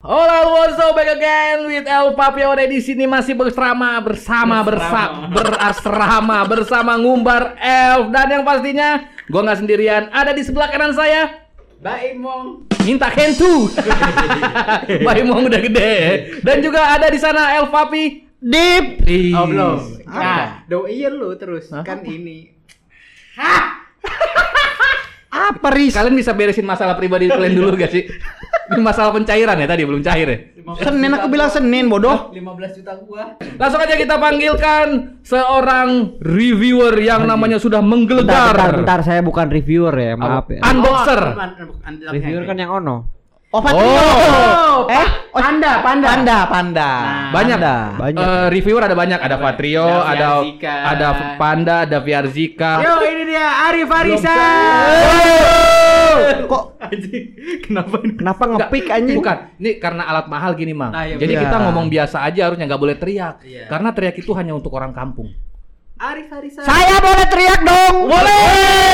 Hola, what's up back again with El Papio di sini masih berasrama bersama Ngumbar Elf dan yang pastinya gue nggak sendirian, ada di sebelah kanan saya Baimong. minta kentu. Baimong udah gede dan juga ada di sana El Papi Dip. Oh belum. Nah, doain lu terus. Hah? Kan ini. Apa Riz? Kalian bisa beresin masalah pribadi kalian dulu gak sih? Ini masalah pencairan ya tadi, belum cair ya? Senin aku bilang Senin, bodoh. 15 juta gua. Langsung aja kita panggilkan seorang reviewer yang namanya sudah menggelegar. Bentar, saya bukan reviewer ya, maaf ya. Unboxer. Reviewer kan yang ono. Panda. Banyak. Banyak. Reviewer ada banyak, ada Patrio, ada Panda, ada Viarzika. Yo, ini dia Arif Arisa. Kok kenapa ngepick anjing? Bukan, ini karena alat mahal gini, Mang. Nah, iya, jadi iya. kita ngomong biasa aja, harusnya nggak boleh teriak. Iya. Karena teriak itu hanya untuk orang kampung. Arif Arisa. Saya boleh teriak dong. Boleh.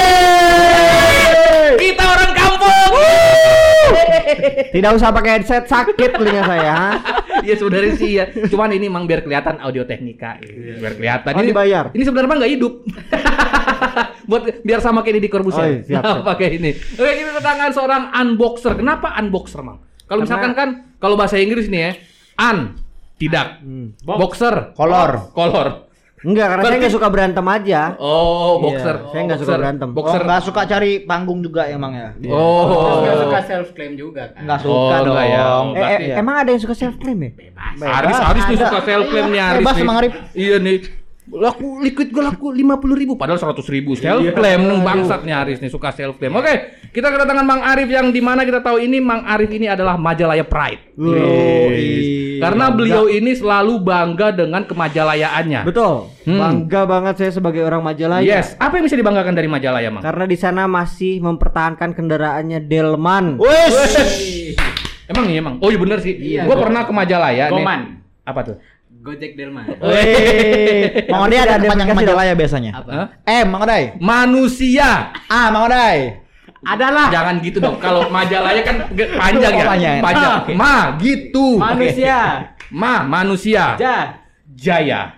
Kita orang kampung. Tidak usah pakai headset, sakit telinga saya. Iya sebenarnya sih ya. Cuman ini Mang biar kelihatan audio teknika. Biar kelihatan. Oh, Ini dibayar. Ini sebenarnya nggak hidup. Buat biar sama kayak di Corbuzier. Oh, iya, siap. Pakai ini. Oke, kita kedatangan seorang unboxer. Kenapa unboxer, Mang? Kalau misalkan kan kalau bahasa Inggris nih ya, tidak. Boxer, kolor. Enggak, karena saya nggak suka berantem aja. Oh, boxer. Saya nggak suka berantem. Boxer. Nggak suka cari panggung juga emang ya? Oh. Enggak suka self claim juga kan. Nggak suka dong. enggak ya. Emang ada yang suka self claim ya? Aris nih suka self claim nih Aris. Bebas nih. Mang Arif. Iya nih. Liquid gue laku 50.000 padahal 100.000 self claim bangsat nih Aris nih suka self claim. Oke, kita kedatangan Mang Arif yang dimana kita tahu ini Mang Arif ini adalah Majalaya Pride. Karena beliau ini selalu bangga dengan kemajalayaannya. Betul. Bangga banget saya sebagai orang Majalaya. Yes. Apa yang bisa dibanggakan dari Majalaya, Mang? Karena di sana masih mempertahankan kendaraannya Delman. Emang iya, Mang? Oh iya bener sih. Iya, Gue pernah ke Majalaya nih. Goman. Apa tuh? Gojek Delman. Mang Odai ada panjang Majalaya biasanya. Apa? Mang Odai. Manusia. Mang Odai. Adalah Jangan gitu dong. Kalau Majalaya kan panjang ya. Panjang. Panjang. Oke. Gitu. manusia. Manusia. Jaya.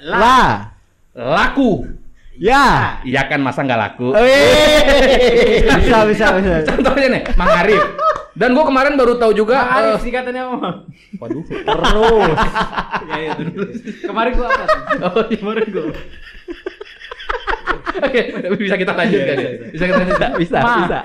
Laku. Ya. Iya kan masa nggak laku? Bisa. Contohnya nih, Mang Arif. Dan gue kemarin baru tahu juga. Arif singkatannya apa? Waduh. Terus. Ya terus. Kemarin gua apa? Oh, kemarin gue. Oke, bisa kita lanjutkan ya? Bisa kita lanjutkan? Bisa.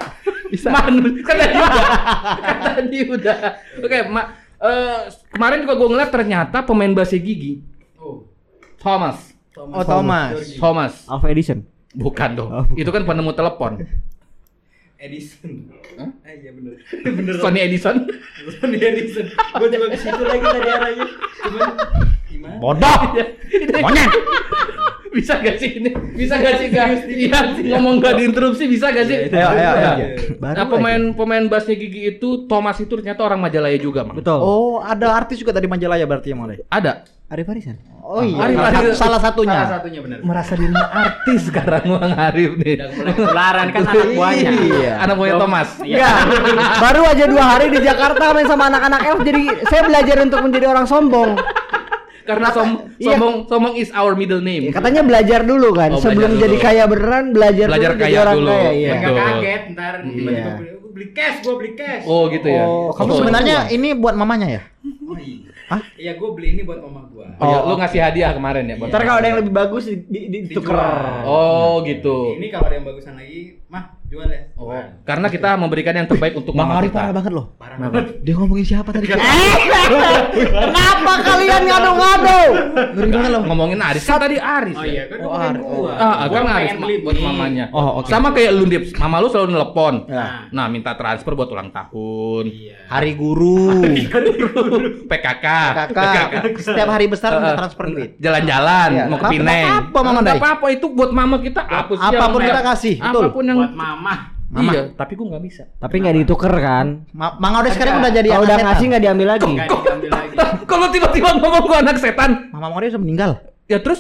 Kan tadi udah. Oke, kemarin juga gue ngeliat ternyata pemain bahasa gigi. Thomas. Alpha Edison. Bukan dong. Itu kan penemu telepon. Edison. Hah? Iya bener. Sony Edison. Gua coba ke situ lagi tadi arahnya. Cuman gimana? Bodoh. Monyet. Bisa gak sih ini? Bisa gak sih gak? Iya, ngomong gak diinterupsi bisa gak sih? Ayo. Nah, pemain bassnya gigi itu Thomas itu ternyata orang Majalaya juga, Mang. Betul. Oh, ada artis juga dari Majalaya berarti yang Mang Odai. Ada. Arif Arisan. Oh iya. Arif. Salah satunya. Salah satunya benar. Merasa dirinya artis sekarang Mang Arif nih. Udah mulai ketularan kan anak buahnya. Iya. Anak buahnya Thomas. Ya, baru aja 2 hari di Jakarta main sama anak-anak elf, jadi saya belajar untuk menjadi orang sombong. Karena sombong is our middle name. Katanya belajar dulu kan, Oh, sebelum belajar jadi dulu. kaya beneran belajar dulu jadi kaya orang dulu. kaya. Iya. Enggak Betul. kaget ntar tiba-tiba gua beli cash. Oh gitu ya. Oh, Kamu Oh, sebenarnya ini buat mamanya ya? Oh iya. Hah? Iya gua beli ini buat mama gua. Oh, iya, lu ngasih hadiah kemarin ya? buat Ntar kalau Thomas? ada yang lebih bagus ditukar. Dijual. Oh gitu. Ini kalau ada yang bagusan lagi, mah jual ya. Oh, karena kita memberikan yang terbaik untuk Mang mama Arif kita. parah banget loh. Parah banget. Dia ngomongin siapa tadi? Kenapa kalian ngadu-ngadu? Ngeri banget loh. Ngomongin Aris kan tadi Aris. Oh ya? iya kan ngomongin gua. Kan Gua Aris pengen beli buat ini. mamanya. Oh, oke. Sama kayak lu Dip, mama lu selalu nelpon. Ya. Nah, minta transfer buat ulang tahun. Iya. Hari guru. PKK. Setiap hari besar minta transfer duit. Jalan-jalan, Iya. mau ke Nggak Pineng. apa-apa, Mama Nggak Dai. apa-apa itu buat mama kita. Apa sih yang Apapun mer- kita kasih, betul. Apapun yang Buat mama. Iya, tapi gua nggak bisa. Tapi nggak ditukar kan? Mang Odai sekarang udah jadi Kalau anak udah setan. ngasih nggak diambil lagi. Enggak diambil lagi. Kalau tiba-tiba ngomong gua anak setan, Mama Mang Odai sudah meninggal. ya terus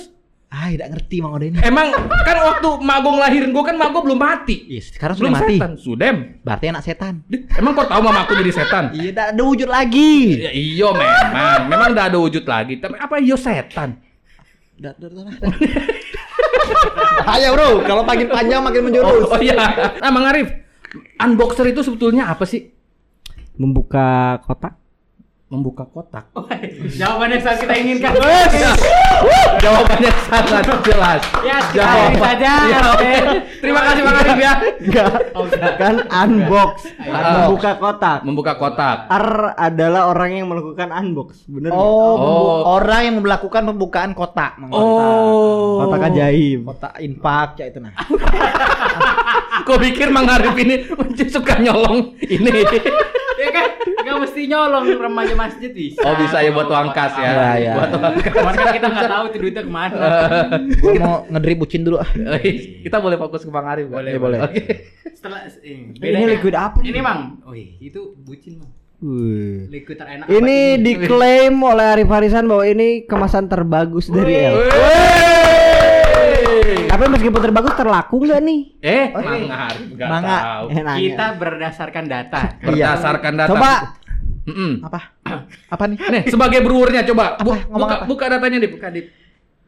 Tidak ngerti Mang Ode ini. Emang kan waktu Mago ngelahirin gue kan Mago belum mati. Iya, sekarang Belum sudah mati. setan, Sudem. Berarti anak setan. Emang kau tahu mamaku jadi setan? Iya, tidak ada wujud lagi. Ya, iyo memang udah ada wujud lagi. Tapi apa iyo setan? Ayo bro, kalau makin panjang makin menjurus. Oh iya. Nah, Mang Arif, unboxer itu sebetulnya apa sih? Membuka kotak. Membuka kotak. Jawabannya saat kita inginkan. Jawabannya sangat jelas. Ya, Jawaban saja. Ya, oke. Terima kasih Mang Arif ya. Enggak. Kan unbox. Membuka kotak. Membuka kotak. R adalah orang yang melakukan unbox. Bener nggak? Orang yang melakukan pembukaan kotak. Mang Ode. Oh. Kotak ajaib. Kotak infak ya itu nah. Kau pikir Mang Arif ini suka nyolong ini? Ya kan, nggak mesti nyolong remaja masjid bisa. Oh bisa ya buat uang kas ya. Iya. Buat uang kas. Cuman kan kita nggak tahu tuh duitnya kemana. Gua mau ngedrip bucin dulu. Kita boleh fokus ke Mang Arif. Boleh, boleh. Oke. Setelah Ini liquid apa nih? Ini Mang. Itu bucin Mang. Liquid terenak. Ini diklaim oleh Arif Harisan bahwa ini kemasan terbagus dari El. Tapi meskipun terbagus terlaku nggak nih? Mang Arif nggak Mangga. tahu. Nanya. Kita berdasarkan data. Berdasarkan data. Coba. Apa? Apa nih? Nih sebagai brewernya coba Ngomong apa? buka datanya Dip. Buka Dip.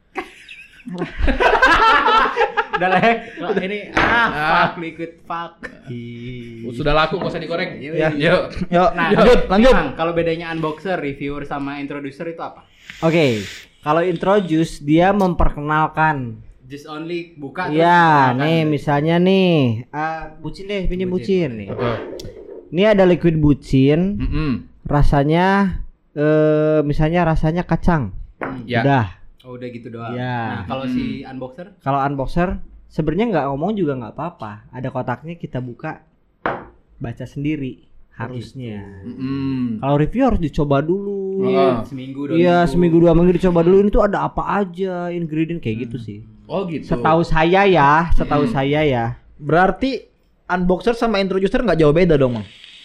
Udah lah ya. Ini fuck liquid fuck. Sudah laku nggak usah digoreng. Ya. Yuk. Yuk, Nah, lanjut. Mang, kalau bedanya unboxer, reviewer sama introducer itu apa? Oke, kalau introduce dia memperkenalkan. Just only buka Iya, terus nih gunakan. misalnya nih, bucin deh, pinjam bucin nih. Heeh. Ini ada liquid bucin, rasanya misalnya rasanya kacang. Ya. Udah. Oh, udah gitu doang. Ya. Nah, kalau si unboxer Kalau unboxer sebenarnya nggak ngomong juga nggak apa-apa. Ada kotaknya kita buka, baca sendiri harusnya. Kalau review harus dicoba dulu. seminggu Iya, seminggu 2 minggu dicoba dulu. Ini tuh ada apa aja ingredient kayak gitu sih. Oh gitu. Setahu saya ya. Berarti unboxer sama introducer nggak jauh beda dong, Mang.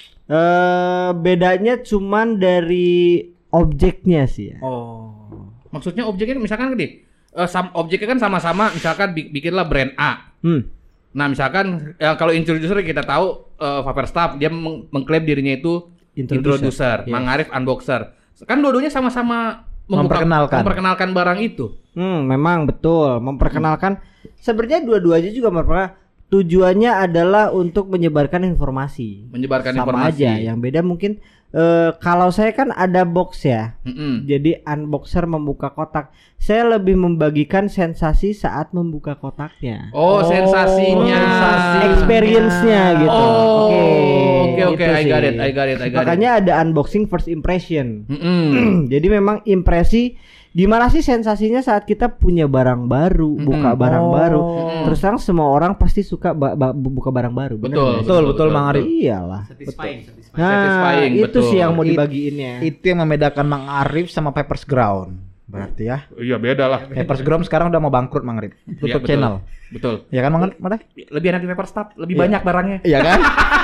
Bedanya cuman dari objeknya sih ya. Oh. Maksudnya objeknya misalkan gini, objeknya kan sama-sama misalkan bikinlah brand A. Nah, misalkan kalau introducer kita tahu Vaporstaff dia mengklaim dirinya itu introducer, Yes. Mang Arif unboxer. Kan dua-duanya sama-sama memperkenalkan barang itu. Memang betul, memperkenalkan. Sebenarnya dua-duanya juga memperkenalkan. Tujuannya adalah untuk menyebarkan informasi. Sama aja, yang beda mungkin kalau saya kan ada box ya. Jadi unboxer membuka kotak. Saya lebih membagikan sensasi saat membuka kotaknya. Oh, sensasinya. Experience-nya gitu. Oke, I got it. Makanya ada unboxing first impression. Jadi memang impresi gimana sih sensasinya saat kita punya barang baru, buka barang baru. Terus terang semua orang pasti suka buka barang baru. Betul, Mang Arif. Iyalah. satisfying. Nah, Satisfying, itu betul. sih yang mau dibagiinnya. Itu yang membedakan Mang Arif sama Papers Ground. Berarti ya. Iya, beda lah. Papers Ground sekarang udah mau bangkrut, Mang Arif. Tutup Iya, channel. Betul. Ya kan, Mang Arif? Mana? Lebih enak di Vaporstaff, lebih banyak barangnya. Iya kan?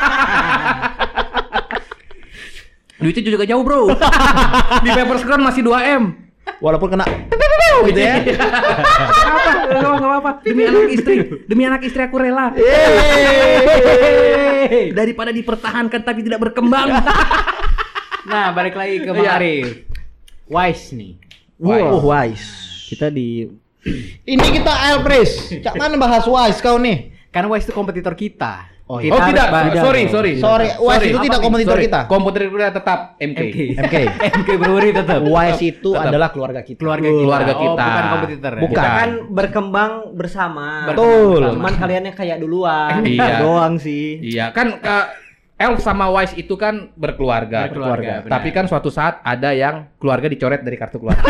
Duitnya juga jauh, Bro. Di Papers Ground masih 2M. Walaupun kena gitu ya. Enggak apa-apa. Demi anak istri aku rela. Daripada dipertahankan tapi tidak berkembang. Nah, balik lagi ke Mang Arif. Wise nih. Wow, Wise. Kita di Ini kita Elpris. Cak mana bahas Wise kau nih? Kan Wise itu kompetitor kita. Oh tidak, sorry. Wise itu tidak kompetitor kita. Kompetitor kita tetap MK. MK Brewery tetap. Wise itu adalah keluarga kita. Keluarga kita. Bukan kompetitor. Ya? Bukan. kan berkembang bersama. Betul. Cuman kalian yang kayak duluan. Iya. Doang sih. Iya, kan Elf sama Wise itu kan berkeluarga. Berkeluarga, benar. Tapi kan suatu saat ada yang keluarga dicoret dari kartu keluarga.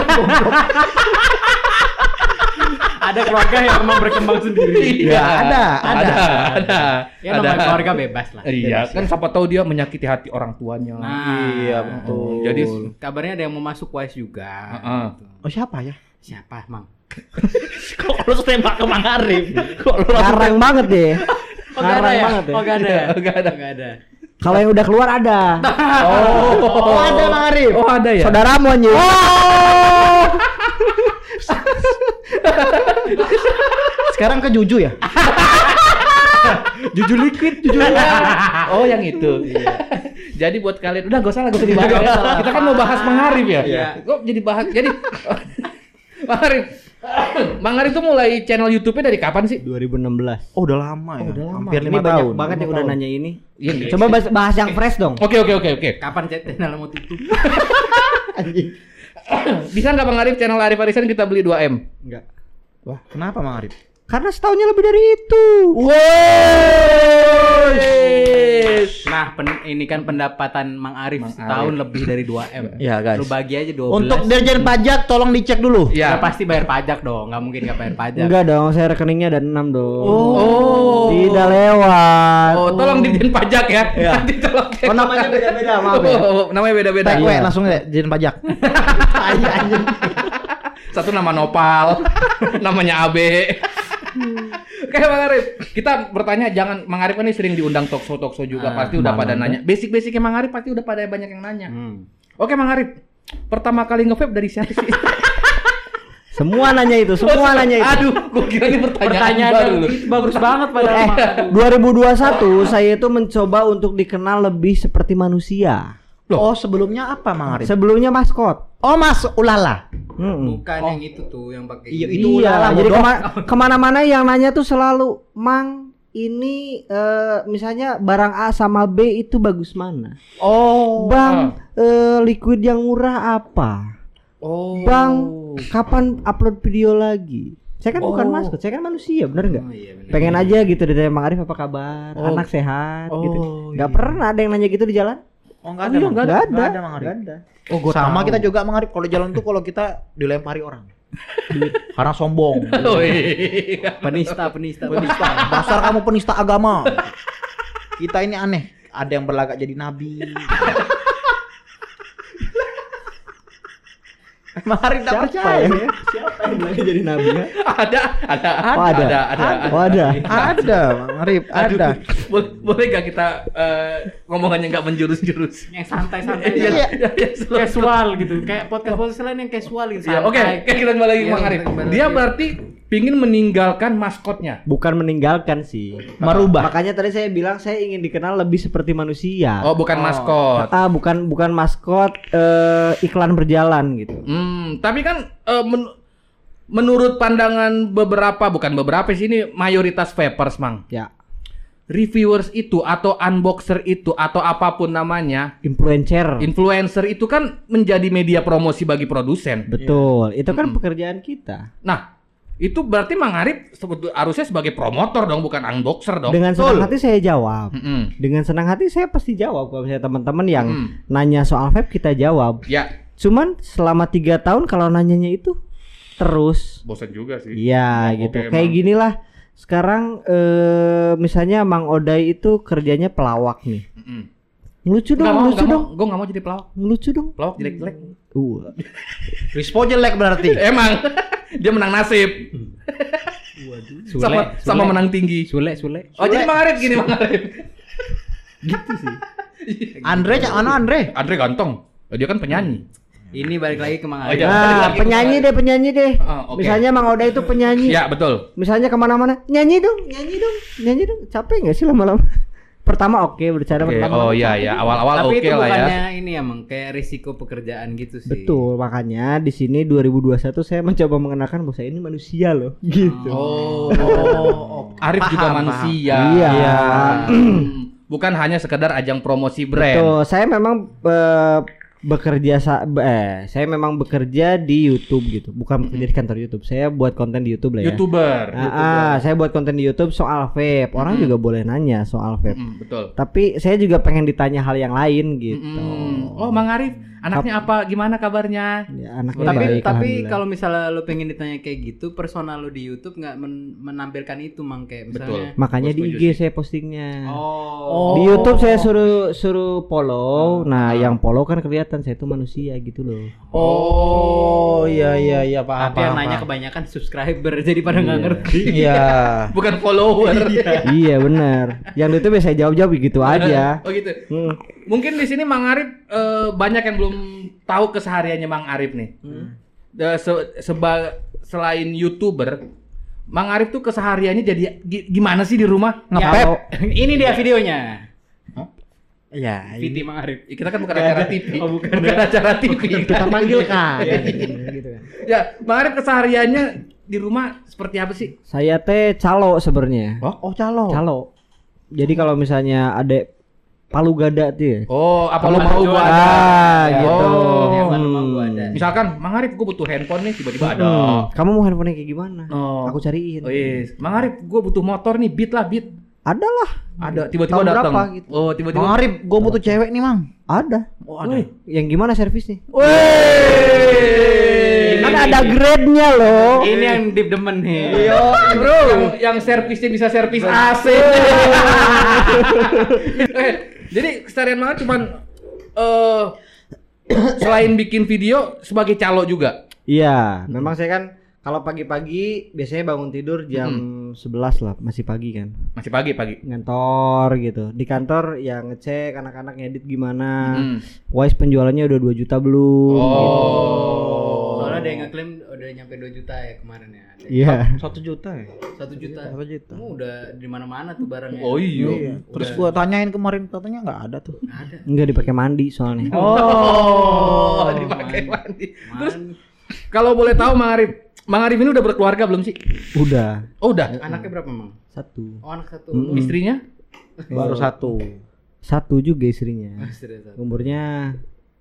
Ada keluarga yang memang berkembang sendiri. Iya, ada. Ya namanya keluarga bebas lah. Iya, kan siapa tahu dia menyakiti hati orang tuanya. Nah, betul. Jadi kabarnya ada yang mau masuk Wise juga. Oh, siapa ya? Siapa, Mang? Kok lu tembak ke Mang Arif? Ngarang banget deh. Ngarang banget ya. Oh, enggak ada. Enggak ada. Kalau yang udah keluar ada. Oh, ada Mang Arif. Oh, ada ya? Saudaramu anjing. Sekarang ke Juju ya? Juju liquid. Oh, yang itu. Jadi buat kalian udah gak usah dibahas. Kita kan mau bahas Mang Arif ya. Kok jadi bahas. Jadi Mang Arif tuh mulai channel YouTube-nya dari kapan sih? 2016. Oh, udah lama ya. Hampir 5 Ini banyak tahun. banget yang udah nanya ini. Iya. Coba bahas yang fresh dong. Oke. Kapan channel mau tutup? Anjing. Bisa nggak Bang Arif channel Arif Arisan kita beli 2M? Enggak. Wah, kenapa Mang Arif? Karena setahunnya lebih dari itu. Nah, ini kan pendapatan Mang Arif setahun lebih dari 2M. Ya, guys. Lu bagi aja 12. Untuk Dirjen Pajak tolong dicek dulu. Ya pasti bayar pajak dong, nggak mungkin nggak bayar pajak. Enggak dong, saya rekeningnya ada 6 dong. Oh. Tidak lewat. Oh, tolong Dirjen Pajak ya. Nanti tolong. Oh, namanya beda-beda, maaf ya. Oh, namanya beda-beda. TW langsung ya Dirjen Pajak. Satu nama Nopal, namanya Abe. Oke Bang Arif, kita bertanya jangan Mang Arif kan ini sering diundang talk show juga pasti udah pada nanya. Basic-basicnya Mang Arif pasti udah pada banyak yang nanya. Oke Mang Arif, pertama kali nge-vape dari siapa sih? Semua nanya itu, semua nanya itu. Aduh, gua kira ini pertanyaan baru loh. Bagus banget padahal. 2021 saya itu mencoba untuk dikenal lebih seperti manusia. Oh, sebelumnya apa Mang Arif? Sebelumnya maskot. Oh, Mas Ulala. Bukan yang itu tuh yang pakai. Iya, ini. itu Ulala. Jadi kemana-mana yang nanya tuh selalu, Mang, ini misalnya barang A sama B itu bagus mana? Oh. Bang, liquid yang murah apa? Oh. Bang, kapan upload video lagi? Saya kan bukan maskot, saya kan manusia, bener nggak? Iya, bener. Pengen aja gitu ditanya Mang Arif apa kabar, anak sehat gitu. Nggak pernah ada yang nanya gitu di jalan. Oh, enggak ada. Nggak ada. Mang Arif. Nggak ada. Oh, sama kita juga Mang Arif kalau jalan tuh kalau kita dilempari orang. Duit karena sombong. Penista. Dasar kamu penista agama. Kita ini aneh. Ada yang berlagak jadi nabi. Mang Arif tak percaya ya? Siapa yang bilang jadi nabi? Ada. Oh, ada. Oh, ada. Ada, Mang Arif, ada. Boleh gak kita ngomongannya nggak menjurus-jurus? Yang santai-santai. Iya. Casual gitu. Kayak podcast lain yang casual gitu. Ya, oke, kita kembali lagi ke Mang Arif. Dia berarti pingin meninggalkan maskotnya. Bukan meninggalkan sih. Merubah. Makanya tadi saya bilang saya ingin dikenal lebih seperti manusia. Oh, bukan maskot. Bukan maskot iklan berjalan gitu. Tapi kan menurut pandangan bukan beberapa sih, ini mayoritas vapers, Mang. Ya. Reviewers itu atau unboxer itu atau apapun namanya, influencer itu kan menjadi media promosi bagi produsen. Betul. Itu kan pekerjaan kita. Nah, itu berarti Mang Arif harusnya sebagai promotor dong, bukan unboxer dong. Dengan senang hati saya jawab. Dengan senang hati saya pasti jawab. Kalau misalnya teman-teman yang nanya soal vape kita jawab. Ya. Cuman selama 3 tahun kalau nanyanya itu terus. Bosan juga sih. Iya gitu. Kayak ginilah. Sekarang misalnya Mang Odai itu kerjanya pelawak nih. Ngelucu dong. Gue gak mau jadi pelawak. Ngelucu dong. Pelawak jelek-jelek. Rispo jelek berarti. Emang dia menang nasib. Sama menang tinggi. Sule. Oh, jadi Mang Arif gini, Mang Arif. Gitu sih. Andre cak mana Andre? Andre ganteng. Dia kan penyanyi. Ini balik lagi ke Mang Arif. Nah, penyanyi deh. Okay. Misalnya Mang Oda itu penyanyi. Ya, betul. Misalnya kemana-mana, nyanyi dong. Capek nggak sih lama-lama? Pertama berbicara pertama. Oh iya, awal-awal tapi oke lah ya. Tapi itu bukannya ini emang kayak risiko pekerjaan gitu sih. Betul, makanya di sini 2021 saya mencoba mengenalkan bahwa saya ini manusia loh, gitu. Arif juga manusia. Iya. Bukan hanya sekedar ajang promosi brand. Betul, saya memang saya memang bekerja di YouTube gitu, bukan bekerja di kantor YouTube. Saya buat konten di YouTube lah ya. YouTuber. Saya buat konten di YouTube soal vape. Orang juga boleh nanya soal vape. Betul. Tapi saya juga pengen ditanya hal yang lain gitu. Oh, Mang Arif, anaknya apa? Gimana kabarnya? Ya, anaknya baik. Tapi kalau misalnya lo pengen ditanya kayak gitu, personal lo di YouTube nggak menampilkan itu, Mang, kayak misalnya. Betul. Makanya di IG saya postingnya. Oh. Di YouTube saya suruh follow. Nah, yang follow kan kelihatan saya itu manusia gitu loh. Oh, iya paham. Tapi yang nanya kebanyakan subscriber jadi pada nggak ngerti. Iya. Bukan follower. Iya benar. Yang itu biasa jawab gitu aja. Oh gitu. Mungkin di sini Mang Arif banyak yang belum tahu kesehariannya Mang Arif nih. Selain YouTuber, Mang Arif tuh kesehariannya jadi gimana sih di rumah? Ngepep. Ini dia videonya. Ya, VT Mang Arif. Kita kan bukan acara TV. Oh, bukan acara TV. kita panggil kan. gitu kan. Ya, Mang Arif kesehariannya di rumah seperti apa sih? Saya teh calo sebenarnya. Oh, calo. Calo. Jadi kalau misalnya ada palu gada tuh ya. Oh, apa lu mau gua ada? Gitu. Ya, mana mau gua ada. Misalkan Mang Arif gua butuh handphone nih tiba-tiba ada. Kamu mau handphone kayak gimana? Oh. Aku cariin. Oh yes. Mang Arif gua butuh motor nih, Beat lah, Beat. Ada lah. Ada tiba-tiba Tahun datang. berapa gitu? Oh, tiba-tiba. Mang Arif, gue butuh cewek nih, Mang. Ada. Oh, ada. Yang gimana servisnya? Wih. Kan ada grade-nya loh. Ini yang deep demen nih. Iya, bro. Yang servisnya bisa servis AC. Jadi keseharian Mang Arif cuman selain bikin video sebagai calo juga. Iya, memang saya kan kalau pagi-pagi biasanya bangun tidur jam 11 lah, masih pagi kan. Masih pagi. Ngantor gitu. Di kantor ya ngecek anak-anak ngedit gimana. Wise penjualannya udah 2 juta belum. Oh. Soalnya ada yang ngeklaim udah nyampe 2 juta ya kemarin ya. Iya. 1 juta ya? 1 juta. 1 juta. Kamu udah di mana-mana tuh barangnya. Oh iya. Terus gue tanyain kemarin katanya nggak ada tuh. Nggak ada. Enggak dipakai mandi soalnya. Oh, dipakai mandi. Terus kalau boleh tahu Mang Arif ini udah berkeluarga belum sih? Udah. Oh, udah. Anaknya berapa, Mang? 1. Oh, anak 1. Istrinya? Baru 1. 1 juga istrinya. Serius. Umurnya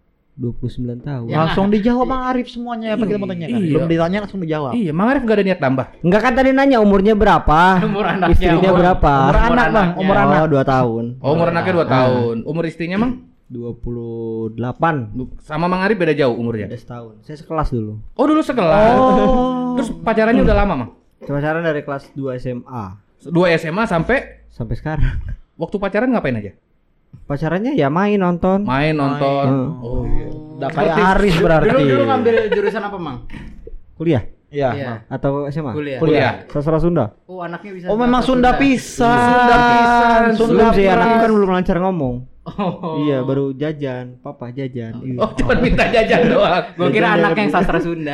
29 tahun. Ya. Langsung dijawab Mang Arif semuanya apa kita mau tanya kan? Iya. Belum ditanya langsung dijawab. Iya, Mang Arif gak ada niat tambah. Enggak kan tadi nanya umurnya berapa? Umur anaknya. Istrinya berapa? Umur anak, Bang. Umur Oh, anak. 2 tahun. Oh, umur anaknya 2 tahun. Umur istrinya, Mang? 28. Sama Mang Arif beda jauh umurnya. Ada setahun. Saya sekelas dulu. Oh, dulu sekelas. Terus pacarannya udah lama, Mang? Pacaran dari kelas 2 SMA 2 SMA sampai sampai sekarang. waktu pacaran ngapain aja? Pacarannya ya main nonton. Main, nonton. Oh iya. Udah kayak Aris berarti. Dulu ngambil jurusan apa, Mang? Kuliah Iya. Iya. atau SMA? Kuliah. Sastra Sunda. Oh, anaknya bisa. Oh, memang Sunda pisan. Sunda pisan. Belum sih, pisan. anakku kan belum lancar ngomong. Oh. Iya, baru jajan. Papa jajan. Iya. Oh, cuma minta jajan doang. Gua kira anak yang sastra Sunda.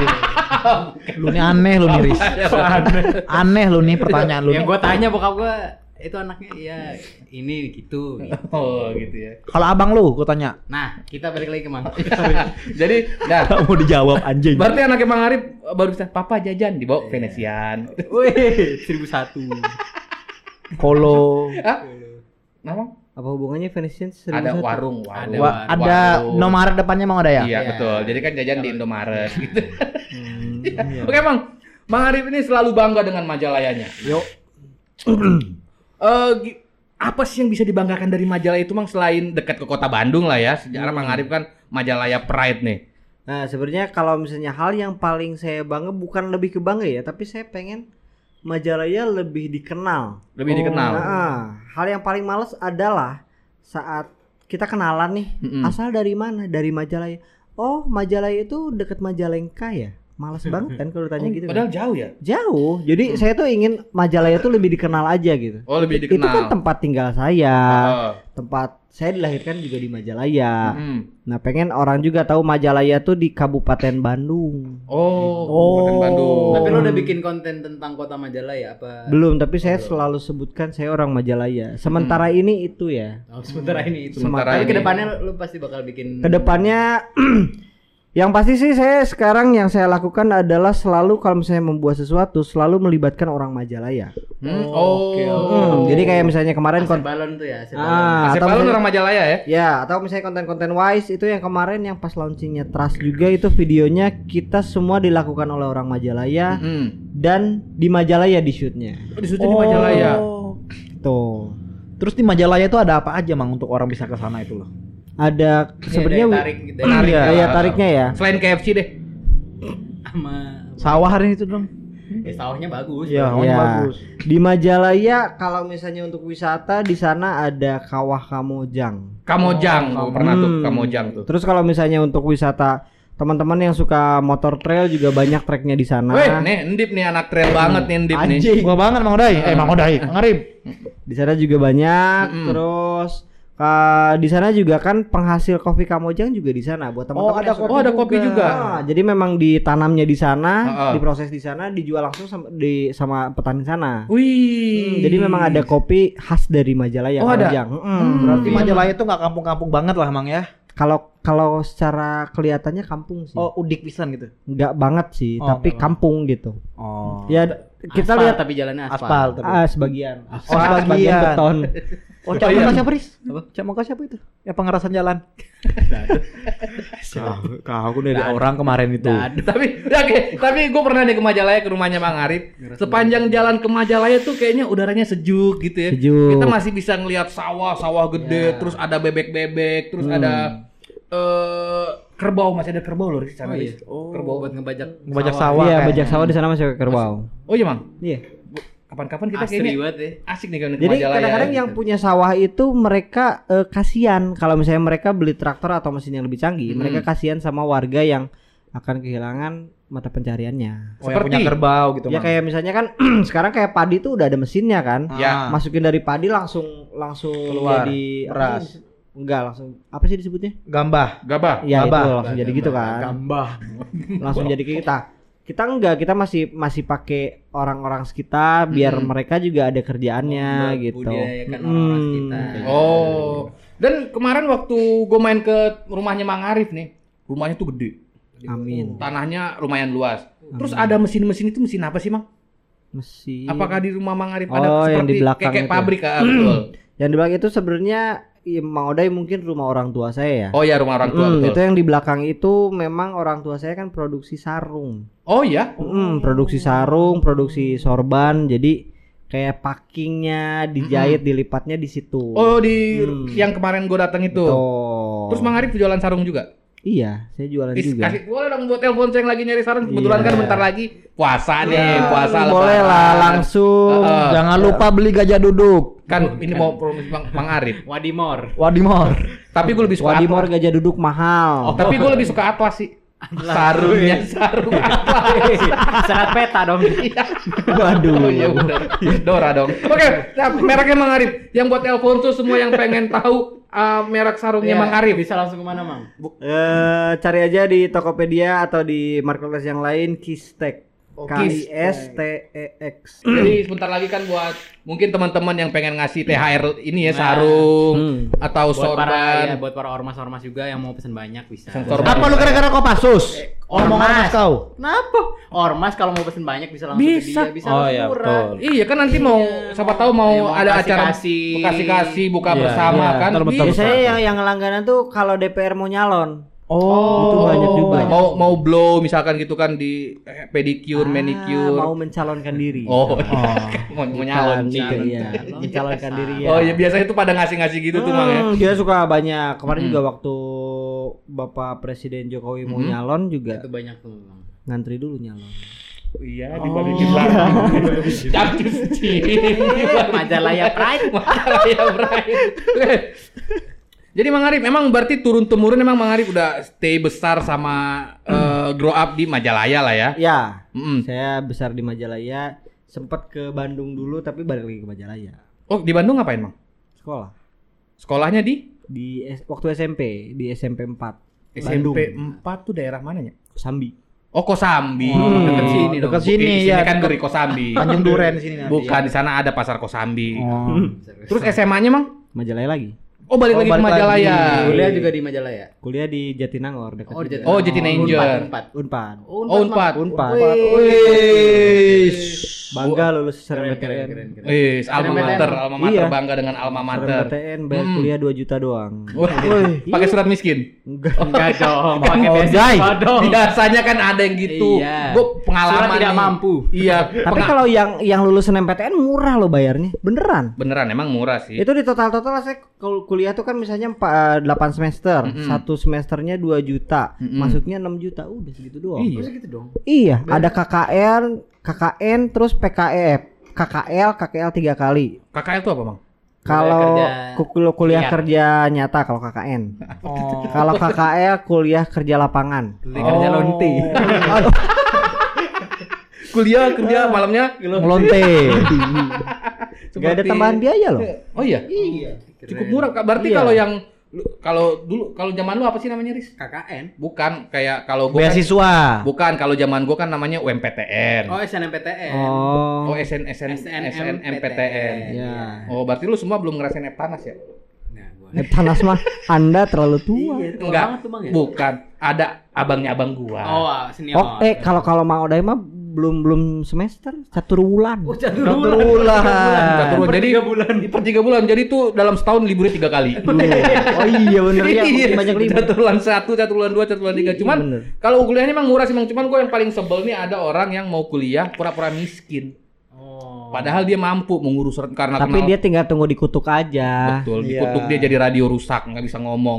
Lu nih aneh lu nih, Riz. Aneh lu nih pertanyaan lu. Yang nih. gua tanya bokap gua itu anaknya ya ini gitu. Oh, gitu ya. Kalau abang lu, gua tanya. Nah, kita balik lagi ke Mang. Jadi, nah, Mau dijawab anjing. berarti anaknya Mang Arif baru bisa papa jajan dibawa Venetian. Wih, 1001. Follow. Hah? Nama? Apa hubungannya Venetian 1001? Ada warung. Ada. Ada Indomaret depannya mau ada ya? Iya, betul. Jadi kan jajan di Indomaret gitu. Oke, Mang. Mang Arif ini selalu bangga dengan majalahnya. Yuk. Apa sih yang bisa dibanggakan dari majalah itu, Mang, selain dekat ke kota Bandung lah ya? Sejarah Mang Arif kan majalahnya Pride nih. Nah, sebenarnya kalau misalnya hal yang paling saya bangga bukan lebih ke bangga ya, tapi saya pengen Majalaya lebih dikenal. Lebih dikenal. Nah, hal yang paling males adalah saat kita kenalan nih, asal dari mana? Dari Majalaya. Oh, Majalaya itu deket Majalengka ya? Males banget kan kalau tanya gitu. Padahal kan? jauh ya? Jauh. Jadi saya tuh ingin Majalaya tuh lebih dikenal aja gitu. Oh, lebih dikenal. Itu kan tempat tinggal saya. Oh. Tempat saya dilahirkan juga di Majalaya. Nah, pengen orang juga tahu Majalaya tuh di Kabupaten Bandung. Kabupaten Bandung. Tapi lo udah bikin konten tentang kota Majalaya apa? Belum, tapi saya selalu sebutkan saya orang Majalaya. Sementara ini itu ya. Oh, sementara ini itu. Sementara Tapi ini. kedepannya lo pasti bakal bikin. Kedepannya yang pasti sih saya sekarang yang saya lakukan adalah selalu kalau misalnya membuat sesuatu selalu melibatkan orang Majalaya. Jadi kayak misalnya kemarin Asep Balon tuh ya. Asep Balon. Asep atau Balon misalnya- orang Majalaya ya? Ya, atau misalnya konten-konten Wise itu yang kemarin yang pas launchingnya Trust juga itu videonya kita semua dilakukan oleh orang Majalaya dan di Majalaya di shootnya. Di situ di Majalaya. Tuh. Terus di Majalaya itu ada apa aja, Mang, untuk orang bisa ke sana itu loh? Ada sebenarnya daya tarik gitu ya. Menarik. daya tariknya ya. Selain KFC deh. Sama Sawah hari itu dong. sawahnya bagus. Iya, Iya. bagus. Di Majalaya kalau misalnya untuk wisata di sana ada Kawah Kamojang. Kamojang, gua pernah tuh Kamojang tuh. Terus kalau misalnya untuk wisata teman-teman yang suka motor trail juga banyak treknya di sana. Weh, nih Ndip nih anak trail banget nih Ndip nih. Anjing. Gua banget Mang Odai. Mang Odai, Mang Arif. Di sana juga banyak. Terus Di sana juga kan penghasil kopi Kamojang juga di sana buat teman-teman. Ada kopi juga. Nah, jadi memang ditanamnya di sana, diproses di sana, dijual langsung sama petani sana. Wih. Jadi memang ada kopi khas dari Majalaya Kamojang. Berarti Majalaya itu nggak kampung-kampung banget lah emang ya. Kalau secara kelihatannya kampung sih. Oh, udik pisan gitu. Enggak banget sih, tapi kampung gitu. Oh. Ya kita aspal, lihat tapi jalannya aspal. Sebagian. Sebagian beton. Oh, Cak Mangka siapa, Riz? Cak Mangka siapa itu? Ya pengerasan jalan. Kau dari orang kemarin itu. Tapi gue pernah nih ke Majalaya ke rumahnya Bang Arif. Sepanjang jalan ke Majalaya tuh kayaknya udaranya sejuk gitu ya. Sejuk. Kita masih bisa ngelihat sawah gede, terus ada bebek-bebek, terus ada kerbau, masih ada kerbau loh di sana. Kerbau buat ngebajak sawah. Iya, bajak sawah di sana masih ada kerbau. Oh iya, Mang. Iya. Kapan-kapan kita asri kayaknya banget ya. Asik nih kan ke Jadi Majalaya. kadang-kadang yang punya sawah itu mereka kasihan kalau misalnya mereka beli traktor atau mesin yang lebih canggih, mereka kasihan sama warga yang akan kehilangan mata pencariannya. Oh, yang punya kerbau gitu. Ya kayak misalnya kan sekarang kayak padi tuh udah ada mesinnya kan. Ya. Masukin dari padi langsung keluar jadi beras. Enggak, langsung apa sih disebutnya? Gambah. Ya Gabah. itu langsung jadi gitu kan. Gambah. Langsung jadi kita enggak, kita masih pakai orang-orang sekitar biar mereka juga ada kerjaannya gitu. Budidayakan orang-orang sekitar. Oh. Dan kemarin waktu gue main ke rumahnya Mang Arif nih, rumahnya tuh gede. Amin. Tanahnya lumayan luas. Terus ada mesin-mesin itu mesin apa sih, Mang? Mesin. Apakah di rumah Mang Arif yang ada seperti di belakang kayak itu. pabrik? Betul. Yang di belakang itu sebenarnya Mang Odai mungkin rumah orang tua saya ya. Oh ya, rumah orang tua, betul. Itu yang di belakang itu memang orang tua saya kan produksi sarung. Oh ya? Produksi sarung, produksi sorban. Jadi kayak packingnya dijahit, dilipatnya di situ. Oh, di yang kemarin gue datang itu. Betul. Terus Mang Arif jualan sarung juga? Iya, saya jualan juga. Kasih boleh dong buat telepon saya yang lagi nyari sarung. Kebetulan kan bentar lagi puasa nih, puasa boleh lebaran. lah langsung. Jangan lupa beli gajah duduk. Kan ini mau promosi Mang Arif. Wadimor. Tapi gue lebih suka Wadimor atlas. gajah duduk mahal. Tapi gue lebih suka atlas sih. Sarungnya sarung atlas. Sangat peta dong. Waduh. Oh iya benar. Dora dong. Oke, nah, mereknya Mang Arif. Yang buat telepon tuh semua yang pengen tahu merek sarungnya Mang Arif. Bisa langsung kemana, Mang? Cari aja di Tokopedia atau di marketplace yang lain Kistex. KISTEX. Jadi sebentar lagi kan buat mungkin teman-teman yang pengen ngasih THR ini ya sarung atau sorban. Buat para ormas-ormas juga yang mau pesan banyak bisa. Apa lu gara-gara Kopassus? Ormas kau. Kenapa? Ormas kalau mau pesan banyak bisa langsung Bisa. ke dia, bisa langsung murah. Iya kan nanti mau siapa tahu mau ada acara kasih buka bersama kan. Biasanya yang langganan tuh kalau DPR mau nyalon. Oh, itu banyak juga. Mau blow misalkan gitu kan di pedicure, manicure. Mau mencalonkan diri. Mau nyalon gitu ya. Mencalonkan diri ya. Oh iya biasanya itu pada ngasih gitu tuh Mang ya. Dia suka banyak. Kemarin juga waktu Bapak Presiden Jokowi mau nyalon juga. Itu banyak tuh, Bang. Ngantri dulu nyalon. Iya, dibalikin lagi. Capcus Majalaya Pride. Jadi Mang Arif memang berarti turun temurun memang Mang Arif udah stay besar sama grow up di Majalaya lah ya. Ya. Saya besar di Majalaya, sempat ke Bandung dulu tapi balik lagi ke Majalaya. Oh, di Bandung ngapain, Mang? Sekolah. Sekolahnya di waktu SMP, di SMP 4. SMP 4 tuh daerah mananya? Kosambi. Oh, Kosambi. Dekat sini dong. Dekat sini ya. ya. Kan dari Kosambi. Tanjung Duren sini. Bukan, di sana ada pasar Kosambi. Terus SMA-nya, Mang? Majalaya lagi. Oh, balik lagi ke Majalaya. Kuliah juga di Majalaya. Kuliah di Jatinangor dekat. Oh, Jatinangor. Unpad. Wih. Bangga lulus SNMPTN. Wih, alma mater bangga dengan alma mater. SNMPTN bayar kuliah 2 juta doang. Pakai surat miskin? Enggak dong. Pakai beasiswa dong. Biasanya kan ada yang gitu. Iya. Gue pengalaman Surat tidak nih. mampu. Iya. Tapi kalau yang lulus SNMPTN murah loh bayarnya. Beneran. Beneran emang murah sih. Itu di total saya kuliah tuh kan misalnya 8 semester, satu semesternya 2 juta, masuknya 6 juta, udah segitu doang. Iya. Gitu dong. Iya, ada KKN terus PKF, KKL 3 kali. KKL itu apa, Bang? Kalau kuliah kerja nyata kalau KKN. Kalau KKL kuliah kerja lapangan. Kerja lonti. Kuliah kerja malamnya Ngelonte. Gak ada tambahan biaya loh. Oh iya. Iya. Cukup murah. Berarti Iya. kalau zaman lu apa sih namanya, Riz? KKN. Bukan kayak kalau gua kan, Beasiswa. bukan kalau zaman gua kan namanya UMPTN. Oh, SNMPTN. Oh. Oh, SNMPTN. Ya. Oh, berarti lu semua belum ngerasain panas ya? Nah, gua. Panas mah Anda terlalu tua. Iya, tua Enggak. banget tuh, Bang ya. Bukan. Ada abangnya abang gua. Oh, senior. Oh, kalau Mang Odai mah belum semester, 1 bulan. Oh, Catur catur ulang. Catur jadi 3 bulan. Per 3 bulan. Jadi tuh dalam setahun liburnya 3 kali. Oh iya bener ya, Iya, banyak libur. Caturulan 1, caturulan 2, caturulan 3. Cuman bener. kalau kuliahnya emang murah sih, Mang. Cuman gue yang paling sebel nih ada orang yang mau kuliah pura-pura miskin. Oh. Padahal dia mampu mengurus karena Tapi kenal. dia tinggal tunggu dikutuk aja. Betul, Iya. dikutuk dia jadi radio rusak, nggak bisa ngomong.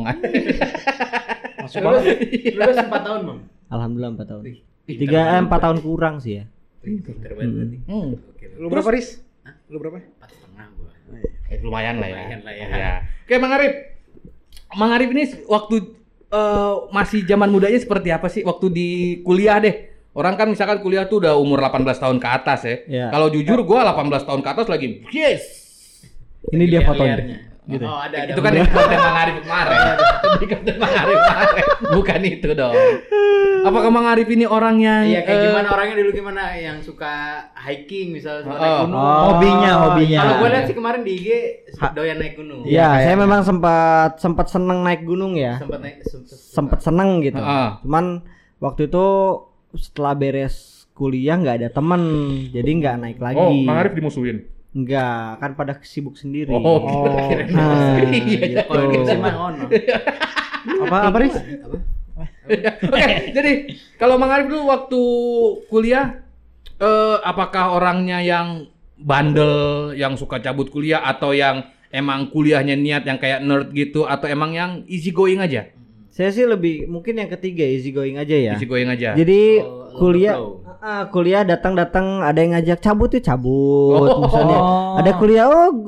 Masuk banget. Lulus 4 tahun, Bang. Alhamdulillah 4 tahun. Wih, 4 tahun kurang sih ya. pinter banget berarti. Oke. Lu berapa, Riz? Lu berapa? 4,5 gua. Lumayan lah ya. Lumayan lah ya. Iya. Oke, Mang Arif. Mang Arif ini waktu masih zaman mudanya seperti apa sih waktu di kuliah deh? Orang kan misalkan kuliah tuh udah umur 18 tahun ke atas ya. Iya. Kalau jujur gua 18 tahun ke atas lagi. Yes. Ini dia fotonya. Liar-liarnya. Gitu. Oh, ada. Itu kan yang konten Mang Arif kemarin. Di konten Mang Arif kemarin. Bukan itu dong. Apakah Mang Arif ini orang yang Iya, kayak gimana orangnya dulu gimana yang suka hiking misalnya suka naik Oh. gunung. Hobinya. Kalau gue iya. lihat sih kemarin di IG doyan naik gunung. Iya, kayak- saya memang sempat seneng naik gunung ya. Sempat naik Sempet seneng gitu. Heeh. Cuman waktu itu setelah beres kuliah nggak ada temen, jadi nggak naik lagi. Oh, Mang Arif dimusuhin. Nggak, kan pada sibuk sendiri. Oh, kira-kira. Nah, Iya, Kalau gitu. gitu sih mah ngono. Apa, Riz? Apa? Oke, jadi kalau Mang Arif dulu waktu kuliah, apakah orangnya yang bandel, yang suka cabut kuliah, atau yang emang kuliahnya niat yang kayak nerd gitu, atau emang yang easy going aja? Saya sih lebih mungkin yang ketiga, easy going aja ya. Easy going aja. Jadi Oh, kuliah flow. kuliah datang ada yang ngajak cabut ya cabut misalnya. Ada kuliah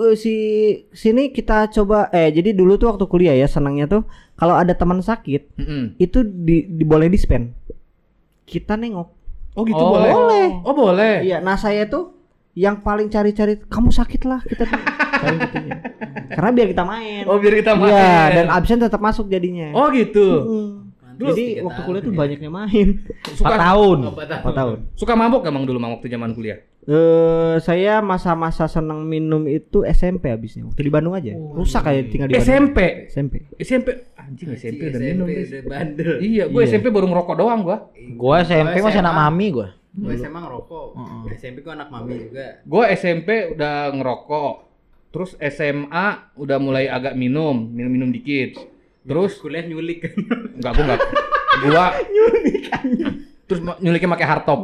sini kita coba jadi dulu tuh waktu kuliah ya senangnya tuh kalau ada teman sakit Mm-mm. itu boleh dispen. Kita nengok. Oh gitu Oh, boleh. boleh. Oh boleh. Iya, nah saya tuh yang paling cari-cari kamu sakit lah kita cari gitunya. Karena biar kita main. Oh biar kita main. Iya, dan absen tetap masuk jadinya. Oh gitu. Terus Jadi 3 waktu tahun kuliah tuh ya. banyaknya main. 4 Suka tahun. Oh, 4 4 tahun. suka mabok gak Mang dulu Mang waktu zaman kuliah? Saya masa-masa senang minum itu SMP habisnya. Waktu di Bandung aja. Rusak kayak tinggal di Bandung. SMP. Anjing SMP Anjing, udah minum. SMP Riz. udah bandel. Iya, gue SMP baru ngerokok doang gua. Gua SMP masih anak mami gua. Gue SMA ngerokok. SMP gue anak mami juga. Gue SMP udah ngerokok. Terus SMA udah mulai agak minum dikit. Terus Kuliah nyulik kan. enggak gua terus nyuliknya pakai hardtop.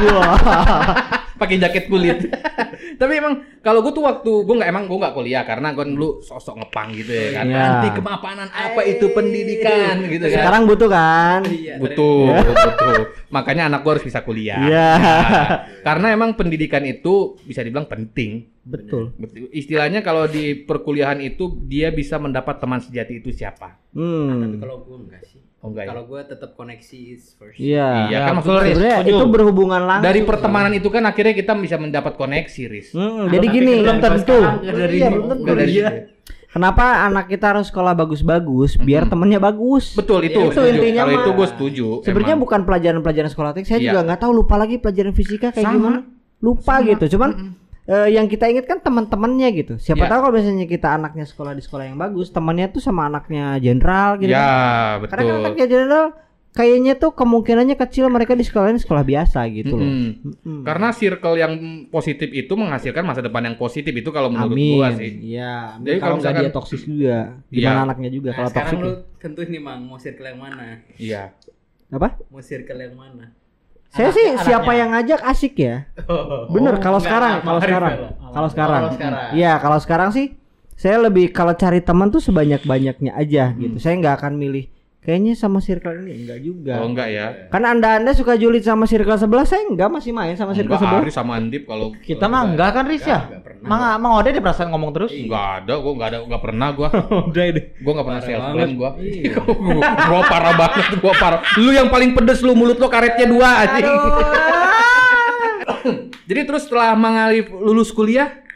Pakai jaket kulit. Tapi emang kalau gue tuh waktu gue nggak kuliah karena gue dulu sosok ngepang gitu ya kan. Iya. Anti kemapanan apa itu pendidikan gitu kan. Sekarang butuh kan? Iya. Butuh. Makanya anak gue harus bisa kuliah. Iya. Nah, karena emang pendidikan itu bisa dibilang penting. Betul. Istilahnya kalau di perkuliahan itu dia bisa mendapat teman sejati itu siapa? Tapi kalau gue enggak sih. Oh enggak ya? Kalau gue tetap koneksi is first. Iya. Iya kan betul, maksudnya Riz. Sebenarnya Setuju. itu berhubungan langsung. dari pertemanan itu kan akhirnya kita bisa mendapat koneksi, Riz. Jadi gini, belum tentu. Iya, belum tentu. Enggak dari Kenapa anak kita harus sekolah bagus-bagus biar temennya bagus? Betul itu. Itu setuju. intinya Kalau mah. itu gue setuju. Sebenarnya emang. bukan pelajaran-pelajaran sekolah teknik, saya Iya. juga nggak tahu, lupa lagi pelajaran fisika kayak Sama. gimana. Lupa gitu. Cuman yang kita ingat kan teman-temannya gitu. Siapa Iya. tahu kalau misalnya kita anaknya sekolah di sekolah yang bagus, temannya tuh sama anaknya jenderal gitu. Ya, kan. Karena kan betul. anaknya jenderal kayaknya tuh kemungkinannya kecil mereka di sekolah biasa gitu loh. Karena circle yang positif itu menghasilkan masa depan yang positif itu kalau menurut Amin. gua sih. Iya. Jadi Kalau kalau nggak misalkan- dia toksis juga, Iya. gimana anaknya juga Nah, kalau sekarang toksik. lu tentu nih Mang, mau circle yang mana? Iya. Apa? Mau circle yang mana? Saya sih siapa yang ngajak asik ya. Bener kalau enggak, sekarang, Mang kalau Arif sekarang. ya, Pak. Kalau sekarang. Kalau sekarang. Iya, kalau sekarang sih saya lebih kalau cari teman tuh sebanyak-banyaknya aja gitu. Saya nggak akan milih kayaknya sama circle ini, enggak juga. Oh enggak ya. Kan Anda suka julid sama circle sebelah, saya enggak, masih main sama circle Enggak, sebelah. Ari sama Andip kalau Kita mah enggak kan, Riz ya? Enggak pernah. Mang Ode dia perasaan ngomong terus. Enggak ada, enggak pernah gua. Udah deh. Gua enggak pernah self claim gua. Iya. Gua parah banget, gua parah. Lu yang paling pedes lu, mulut lu karetnya 2 anjing. Jadi terus setelah Mang Arif lulus kuliah,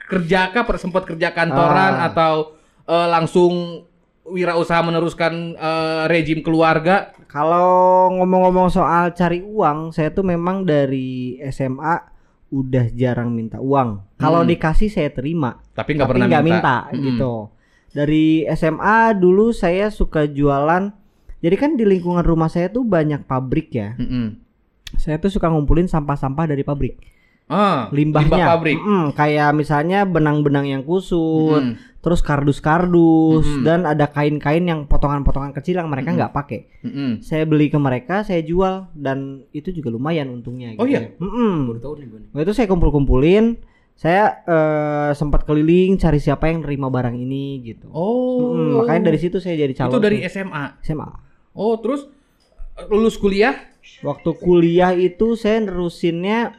kerja kah, sempat kerja kantoran atau langsung wirausaha meneruskan rejim keluarga? Kalau ngomong-ngomong soal cari uang, saya tuh memang dari SMA udah jarang minta uang. Kalau dikasih saya terima, tapi nggak pernah minta gitu. Dari SMA dulu saya suka jualan. Jadi kan di lingkungan rumah saya tuh banyak pabrik ya. Saya tuh suka ngumpulin sampah-sampah dari pabrik. Limbahnya. Limbah pabrik. Kayak misalnya benang-benang yang kusut, terus kardus-kardus, dan ada kain-kain yang potongan-potongan kecil yang mereka nggak pakai. Saya beli ke mereka, saya jual, dan itu juga lumayan untungnya. Oh gitu. iya. Baru tahu nih gue. Nah, itu saya kumpul-kumpulin. Saya sempat keliling cari siapa yang nerima barang ini gitu. Makanya dari situ saya jadi calon. Itu dari SMA. SMA. Oh, terus lulus kuliah? Waktu kuliah itu saya nerusinnya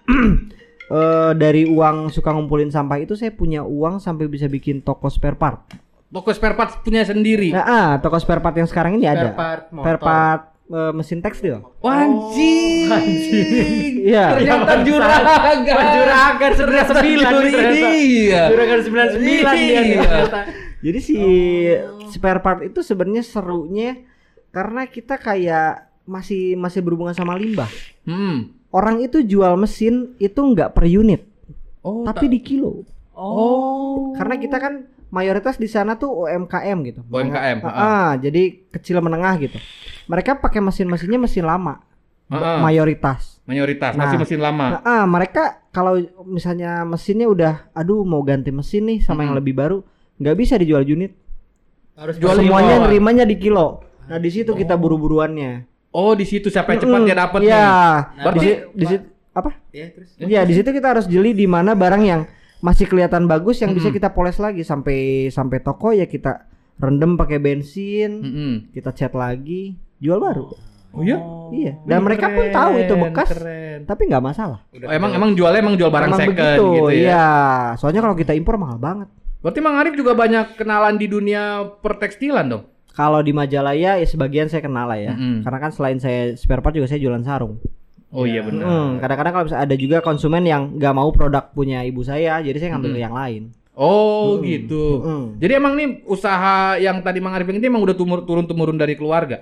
dari uang suka ngumpulin sampah itu saya punya uang sampai bisa bikin toko spare part. Toko spare part punya sendiri. Toko spare part yang sekarang ini ada. Spare part mesin tekstil. Anjing. Iya. Ternyata juragan 99 Iya. Juragan 99 dia nih. Jadi si spare part itu sebenarnya serunya karena kita kayak masih berhubungan sama limbah. Orang itu jual mesin itu nggak per unit, tapi di kilo. Karena kita kan mayoritas di sana tuh UMKM gitu. UMKM. Jadi kecil menengah gitu. Mereka pakai mesin-mesinnya mesin lama. Mayoritas masih mesin lama. Mereka kalau misalnya mesinnya udah, aduh mau ganti mesin nih sama yang lebih baru, nggak bisa dijual unit. Harus jual semuanya, nerimanya di kilo. Nah di situ kita buru-buruannya. Oh, di situ siapa yang cepat dia dapat nih. Iya. Berarti di situ apa? Iya, terus. Iya, di situ kita harus jeli di mana barang yang masih kelihatan bagus yang bisa kita poles lagi sampai toko ya kita rendam pakai bensin, kita cat lagi, jual baru. Oh iya? Iya. Dan mereka pun tahu itu bekas, tapi nggak masalah. Emang jualnya jual barang second begitu, gitu ya. Iya. Soalnya kalau kita impor mahal banget. Berarti Mang Arif juga banyak kenalan di dunia pertekstilan dong? Kalau di Majalaya ya sebagian saya kenal lah ya. Karena kan selain saya spare part juga saya jualan sarung. Oh iya benar. Kadang-kadang kalau misalnya ada juga konsumen yang nggak mau produk punya ibu saya, jadi saya ngambil ke yang lain. Oh gitu. Jadi emang nih usaha yang tadi Mang Arif ini emang udah turun-temurun dari keluarga?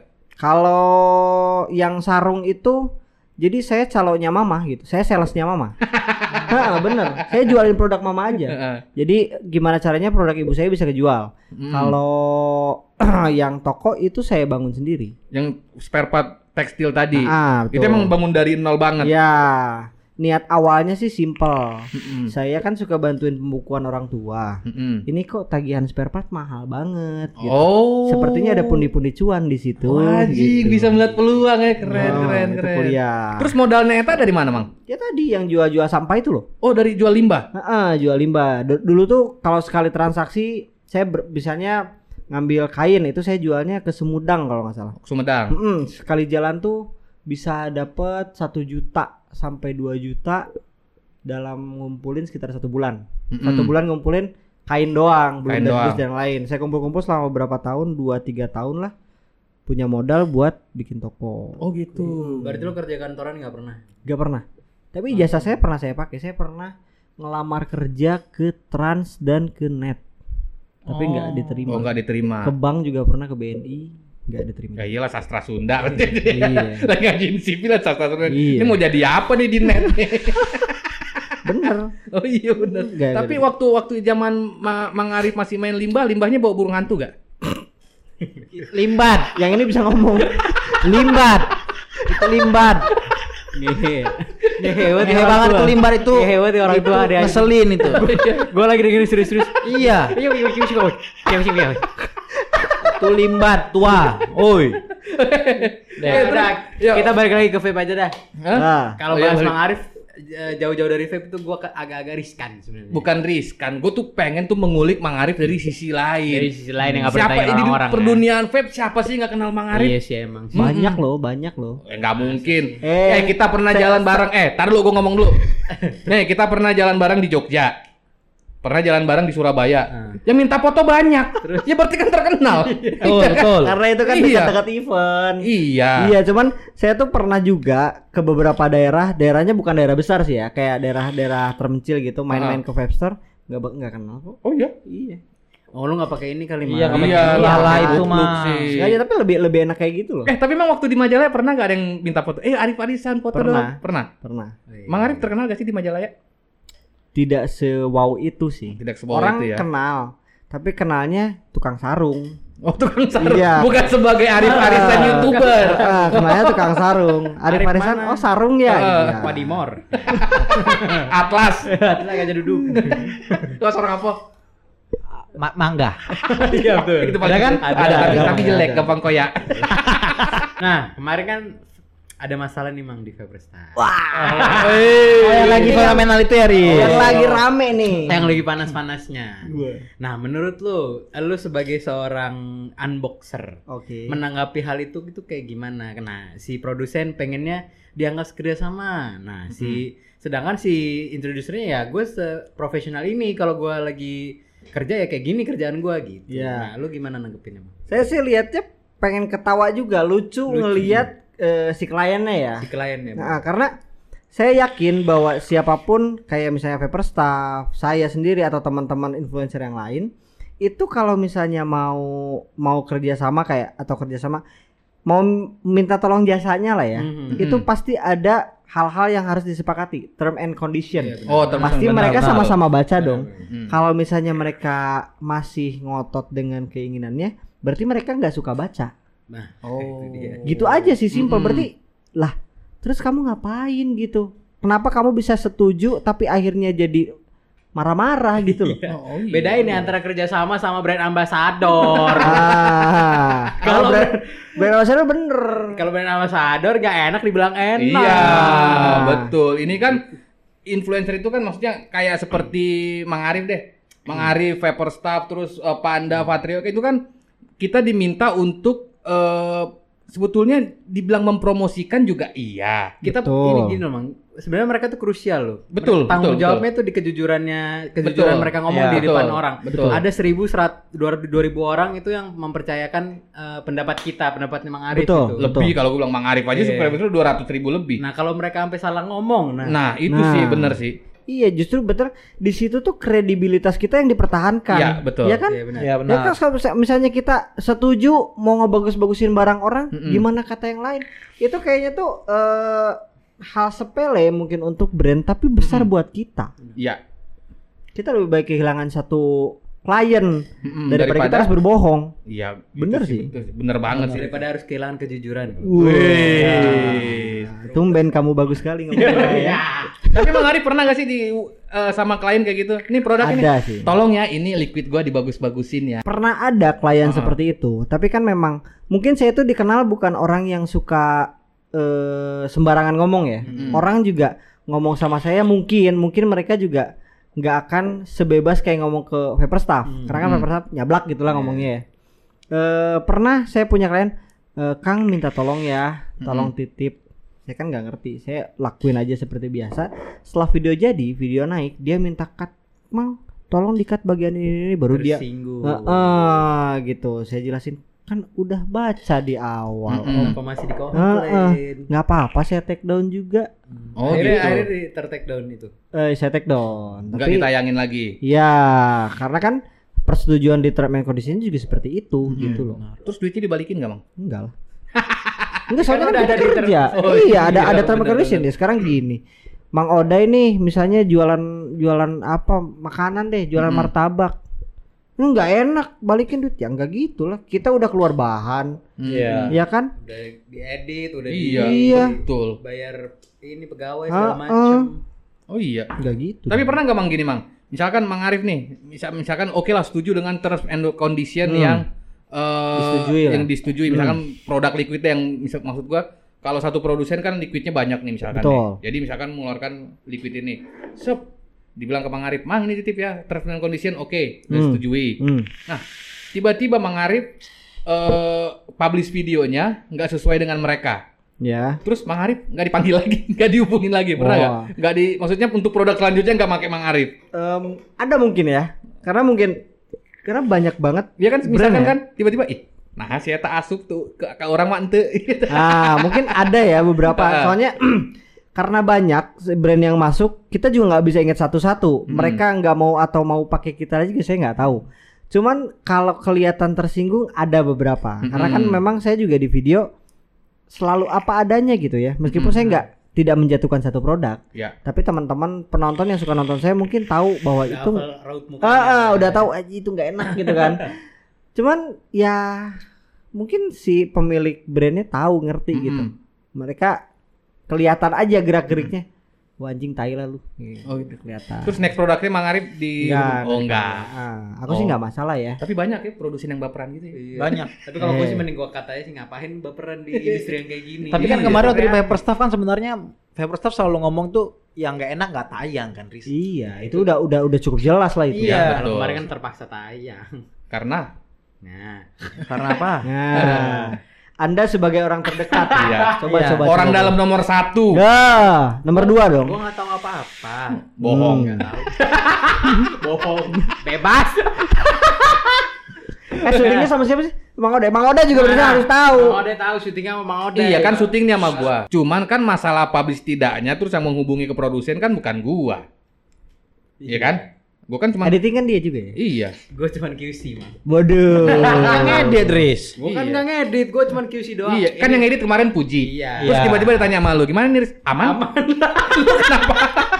Kalau yang sarung itu, jadi saya calonnya mama gitu. Saya salesnya mama. Bener. Saya jualin produk mama aja. Jadi gimana caranya produk ibu saya bisa kejual. Kalau yang toko itu saya bangun sendiri. Yang spare part tekstil tadi. Betul. Itu emang bangun dari nol banget. Ya. Niat awalnya sih simple. Saya kan suka bantuin pembukuan orang tua. Ini kok tagihan spare part mahal banget gitu. Sepertinya ada pundi-pundi cuan di situ. Wajib, bisa melihat peluang ya. Keren. Kuliah. Terus modalnya eta dari mana, Mang? Ya tadi yang jual-jual sampah itu loh. Oh, dari jual limbah. Jual limbah. Dulu tuh kalau sekali transaksi saya misalnya ngambil kain itu saya jualnya ke Sumedang kalau nggak salah. Sumedang. Sekali jalan tuh bisa dapat 1 juta sampai 2 juta dalam ngumpulin sekitar 1 bulan. 1 bulan ngumpulin kain doang, belum dan yang lain. Saya kumpul-kumpul selama beberapa tahun, 2-3 tahun lah, punya modal buat bikin toko. Oh gitu. Berarti lo kerja kantoran nggak pernah? Gak pernah. Tapi ijazah saya pernah saya pakai. Saya pernah ngelamar kerja ke Trans dan ke Net. Tapi nggak diterima. Oh nggak diterima. Ke bank juga pernah, ke BNI. Nggak diterima. Ya iyalah sastra Sunda. Iya. Lagi ngajiin sipil sastra Sunda. Iya. Ini mau jadi apa nih di Net? Bener. Oh iya bener. Tapi waktu zaman Mang Arif masih main limbahnya bawa burung hantu gak? Limbat. Yang ini bisa ngomong. Limbat. Itu limbat. Ngehe banget itu limbat itu. Ngehe banget orang tua ada. Ngeselin itu. Gue lagi dengerin serius-serius. Iya. Itu limbat tua. Oi. Kita balik lagi ke vape aja dah. Kalau bahas Mang Arif jauh-jauh dari vape itu gue agak-agak riskan sebenarnya. Bukan riskan, gue tuh pengen tuh mengulik Mang Arif dari sisi lain. Dari sisi lain yang nggak siapa bertanya orang-orang. Di perdunian vape siapa sih nggak kenal Mang Arif? Iya sih emang. Banyak loh. Nggak mungkin. Kita pernah jalan bareng. Tar dulu gue ngomong dulu. Nih kita pernah jalan bareng di Jogja. Pernah jalan bareng di Surabaya. Yang minta foto banyak. Terus ya berarti kan terkenal. Betul. Karena itu kan dekat-dekat event. Iya, cuman saya tuh pernah juga ke beberapa daerahnya bukan daerah besar sih ya, kayak daerah-daerah terpencil gitu, main-main ke vape store. Enggak kenal kok. Oh iya. Iya. Oh lu nggak pakai ini kali Iya, mah. lala itu mah. Sengaja tapi lebih enak kayak gitu loh. Tapi emang waktu di Majalaya pernah nggak ada yang minta foto? Arif Arisan foto dong. Pernah. Mang Arif terkenal gak sih di Majalaya? Tidak se-wow itu sih. Tidak se-wow orang itu ya. kenal, tapi kenalnya tukang sarung. Oh tukang sarung, iya. Bukan sebagai Arif Arisan YouTuber. Kenalnya tukang sarung. Arif Arisan, oh sarung ya. Iya. Padimor. Atlas. Atlas gak jadi duduk. Itu sarung apa? Mangga. Iya betul. Itu ada kan? Ada, tapi jelek, gampang koyak. Nah, kemarin kan ada masalah nih Mang di Faberstar. Yang lagi fenomenal itu ya, Ri. Yang lagi rame nih. Yang lagi panas-panasnya. Nah, menurut lu sebagai seorang unboxer, menanggapi hal itu kayak gimana? Nah, si produsen pengennya diangkat kerjasama. Nah, sedangkan si introducernya ya gue seprofesional ini, kalau gue lagi kerja ya kayak gini kerjaan gue gitu. Nah, lu gimana nanggepinnya, Bang? Saya sih lihatnya pengen ketawa juga, lucu. Ngelihat si kliennya ya. Si kliennya. Nah, karena saya yakin bahwa siapapun kayak misalnya Faberstaff, saya sendiri atau teman-teman influencer yang lain, itu kalau misalnya mau kerjasama mau minta tolong jasanya lah ya, itu pasti ada hal-hal yang harus disepakati, term and condition. Pasti mereka sama-sama baca dong. Kalau misalnya mereka masih ngotot dengan keinginannya, berarti mereka nggak suka baca. Nah, gitu aja sih, simple. Berarti lah, terus kamu ngapain gitu? Kenapa kamu bisa setuju tapi akhirnya jadi marah-marah gitu loh? Bedain nih antara kerjasama sama brand ambassador. Kalau brand ambassador bener. Kalau brand ambassador gak enak dibilang enak. Iya, betul. Ini kan influencer itu kan maksudnya kayak seperti Mang Arif deh. Mang Arif, Faberstaff, terus Panda, Patrio, itu kan kita diminta untuk sebetulnya dibilang mempromosikan juga iya. Kita ini gini loh, Mang. Sebenarnya mereka tuh krusial loh. Betul. Tanggung jawabnya tuh di kejujuran mereka ngomong di depan orang. Betul. Ada 1.200 orang itu yang mempercayakan pendapatnya Mang Arif betul, itu. Lebih kalau gue bilang Mang Arif aja subscriber 200.000 lebih. Nah, kalau mereka sampai salah ngomong, nah itu sih bener sih. Iya, justru betul di situ tuh kredibilitas kita yang dipertahankan. Iya, betul. Iya kan? Iya, benar. Ya kan kalau misalnya kita setuju mau ngebagus-bagusin barang orang, gimana kata yang lain? Itu kayaknya tuh hal sepele mungkin untuk brand, tapi besar buat kita. Iya. Kita lebih baik kehilangan satu klien daripada kita harus berbohong. Iya, bener sih. Bener banget sih. Daripada harus kehilangan kejujuran. Tumben kamu bagus sekali ngomongnya ya. Tapi Mang Arif pernah gak sih sama klien kayak gitu? Ini produk ini. Sih. Tolong ya, ini liquid gua dibagus-bagusin ya. Pernah ada klien seperti itu, tapi kan memang mungkin saya itu dikenal bukan orang yang suka sembarangan ngomong ya. Orang juga ngomong sama saya mungkin mereka juga nggak akan sebebas kayak ngomong ke Faberstaff. Karena kan Faberstaff nyablak gitulah ngomongnya ya. Pernah saya punya klien, Kang minta tolong ya, tolong titip. Saya kan nggak ngerti, saya lakuin aja seperti biasa. Setelah video naik, dia minta cut, Mang, tolong di cut bagian ini baru dia. Gitu. Saya jelasin, kan udah baca di awal. Masih di komplain. Nggak apa-apa, saya take down juga. Akhirnya ter-take down itu. Saya take down. Nggak ditayangin lagi. Ya, karena kan persetujuan di term and condition juga seperti itu gitu loh. Terus duitnya dibalikin nggak, Mang? Enggak lah. Enggak, soalnya kan kita kerja. Ada term and condition ya. Sekarang gini, Mang Oda ini misalnya jualan apa makanan deh, jualan martabak. Enggak enak, balikin duit ya, enggak gitu lah. Kita udah keluar bahan. Iya kan? Udah diedit, udah betul. Bayar ini pegawai segala macam. Oh iya. Enggak gitu. Tapi pernah enggak Mang gini, Mang? Misalkan Mang Arif nih, misalkan oke lah setuju dengan terms and condition yang disetujui. Misalkan produk liquidnya yang maksud gua, kalau satu produsen kan liquidnya banyak nih misalkan. Jadi misalkan mengeluarkan liquid ini. Dibilang ke Mang Arif, Mang ini titip ya, terms and condition udah setujui. Nah, tiba-tiba Mang Arif publish videonya nggak sesuai dengan mereka. Ya. Terus Mang Arif nggak dipanggil lagi, nggak dihubungin lagi, pernah nggak? Maksudnya untuk produk selanjutnya nggak pakai Mang Arif. Ada mungkin ya, karena banyak banget. Ya kan, misalkan kan tiba-tiba, nah saya tak asup tuh ke orang mah ente. Mungkin ada ya beberapa. Soalnya karena banyak brand yang masuk, kita juga nggak bisa ingat satu-satu. Mereka nggak mau atau mau pakai kita aja, saya nggak tahu. Cuman kalau kelihatan tersinggung ada beberapa. Karena kan memang saya juga di video selalu apa adanya gitu ya. Meskipun saya tidak menjatuhkan satu produk. Tapi teman-teman penonton yang suka nonton saya mungkin tahu bahwa itu udah tahu aja itu nggak enak gitu kan. Cuman ya mungkin si pemilik brandnya tahu, ngerti gitu. Mereka kelihatan aja gerak-geriknya. Wah anjing tai lah lu. Oh gitu. Kelihatan. Terus next produknya Mang Arif di enggak. Aku sih enggak masalah ya. Tapi banyak ya produsen yang baperan gitu ya. Iya. Banyak. Tapi kalau gue sih mending gue katanya sih ngapain baperan di industri yang kayak gini. Tapi kan kemarin waktu di Vaporstaff kan sebenarnya Vaporstaff selalu ngomong tuh yang enggak enak enggak tayang kan, Riz. Iya, itu udah cukup jelas lah itu. Iya, betul. Kemarin kan terpaksa tayang. Karena karena apa? Anda sebagai orang terdekat. Coba. Orang dalam nomor 1. Nomor 2 dong. Gua enggak tahu apa-apa. Bohong. Bohong. Bebas. Syutingnya sama siapa sih? Mang Oda juga berarti harus tahu. Mang Oda tahu syutingnya sama Mang Oda. Iya kan syutingnya sama gua. Cuman kan masalah publish tidaknya terus yang menghubungi ke produsen kan bukan gua. Iya kan? Gua kan cuma editing kan dia juga ya? Iya. Gua cuma QC, Mang. Waduh. Ngedit, Riz. Gua kan enggak ngedit, gua cuma QC doang. Iya, kan yang edit kemarin Puji. Iya. Terus tiba-tiba ditanya sama lu, "Gimana nih, Riz? Aman?" Lu kenapa?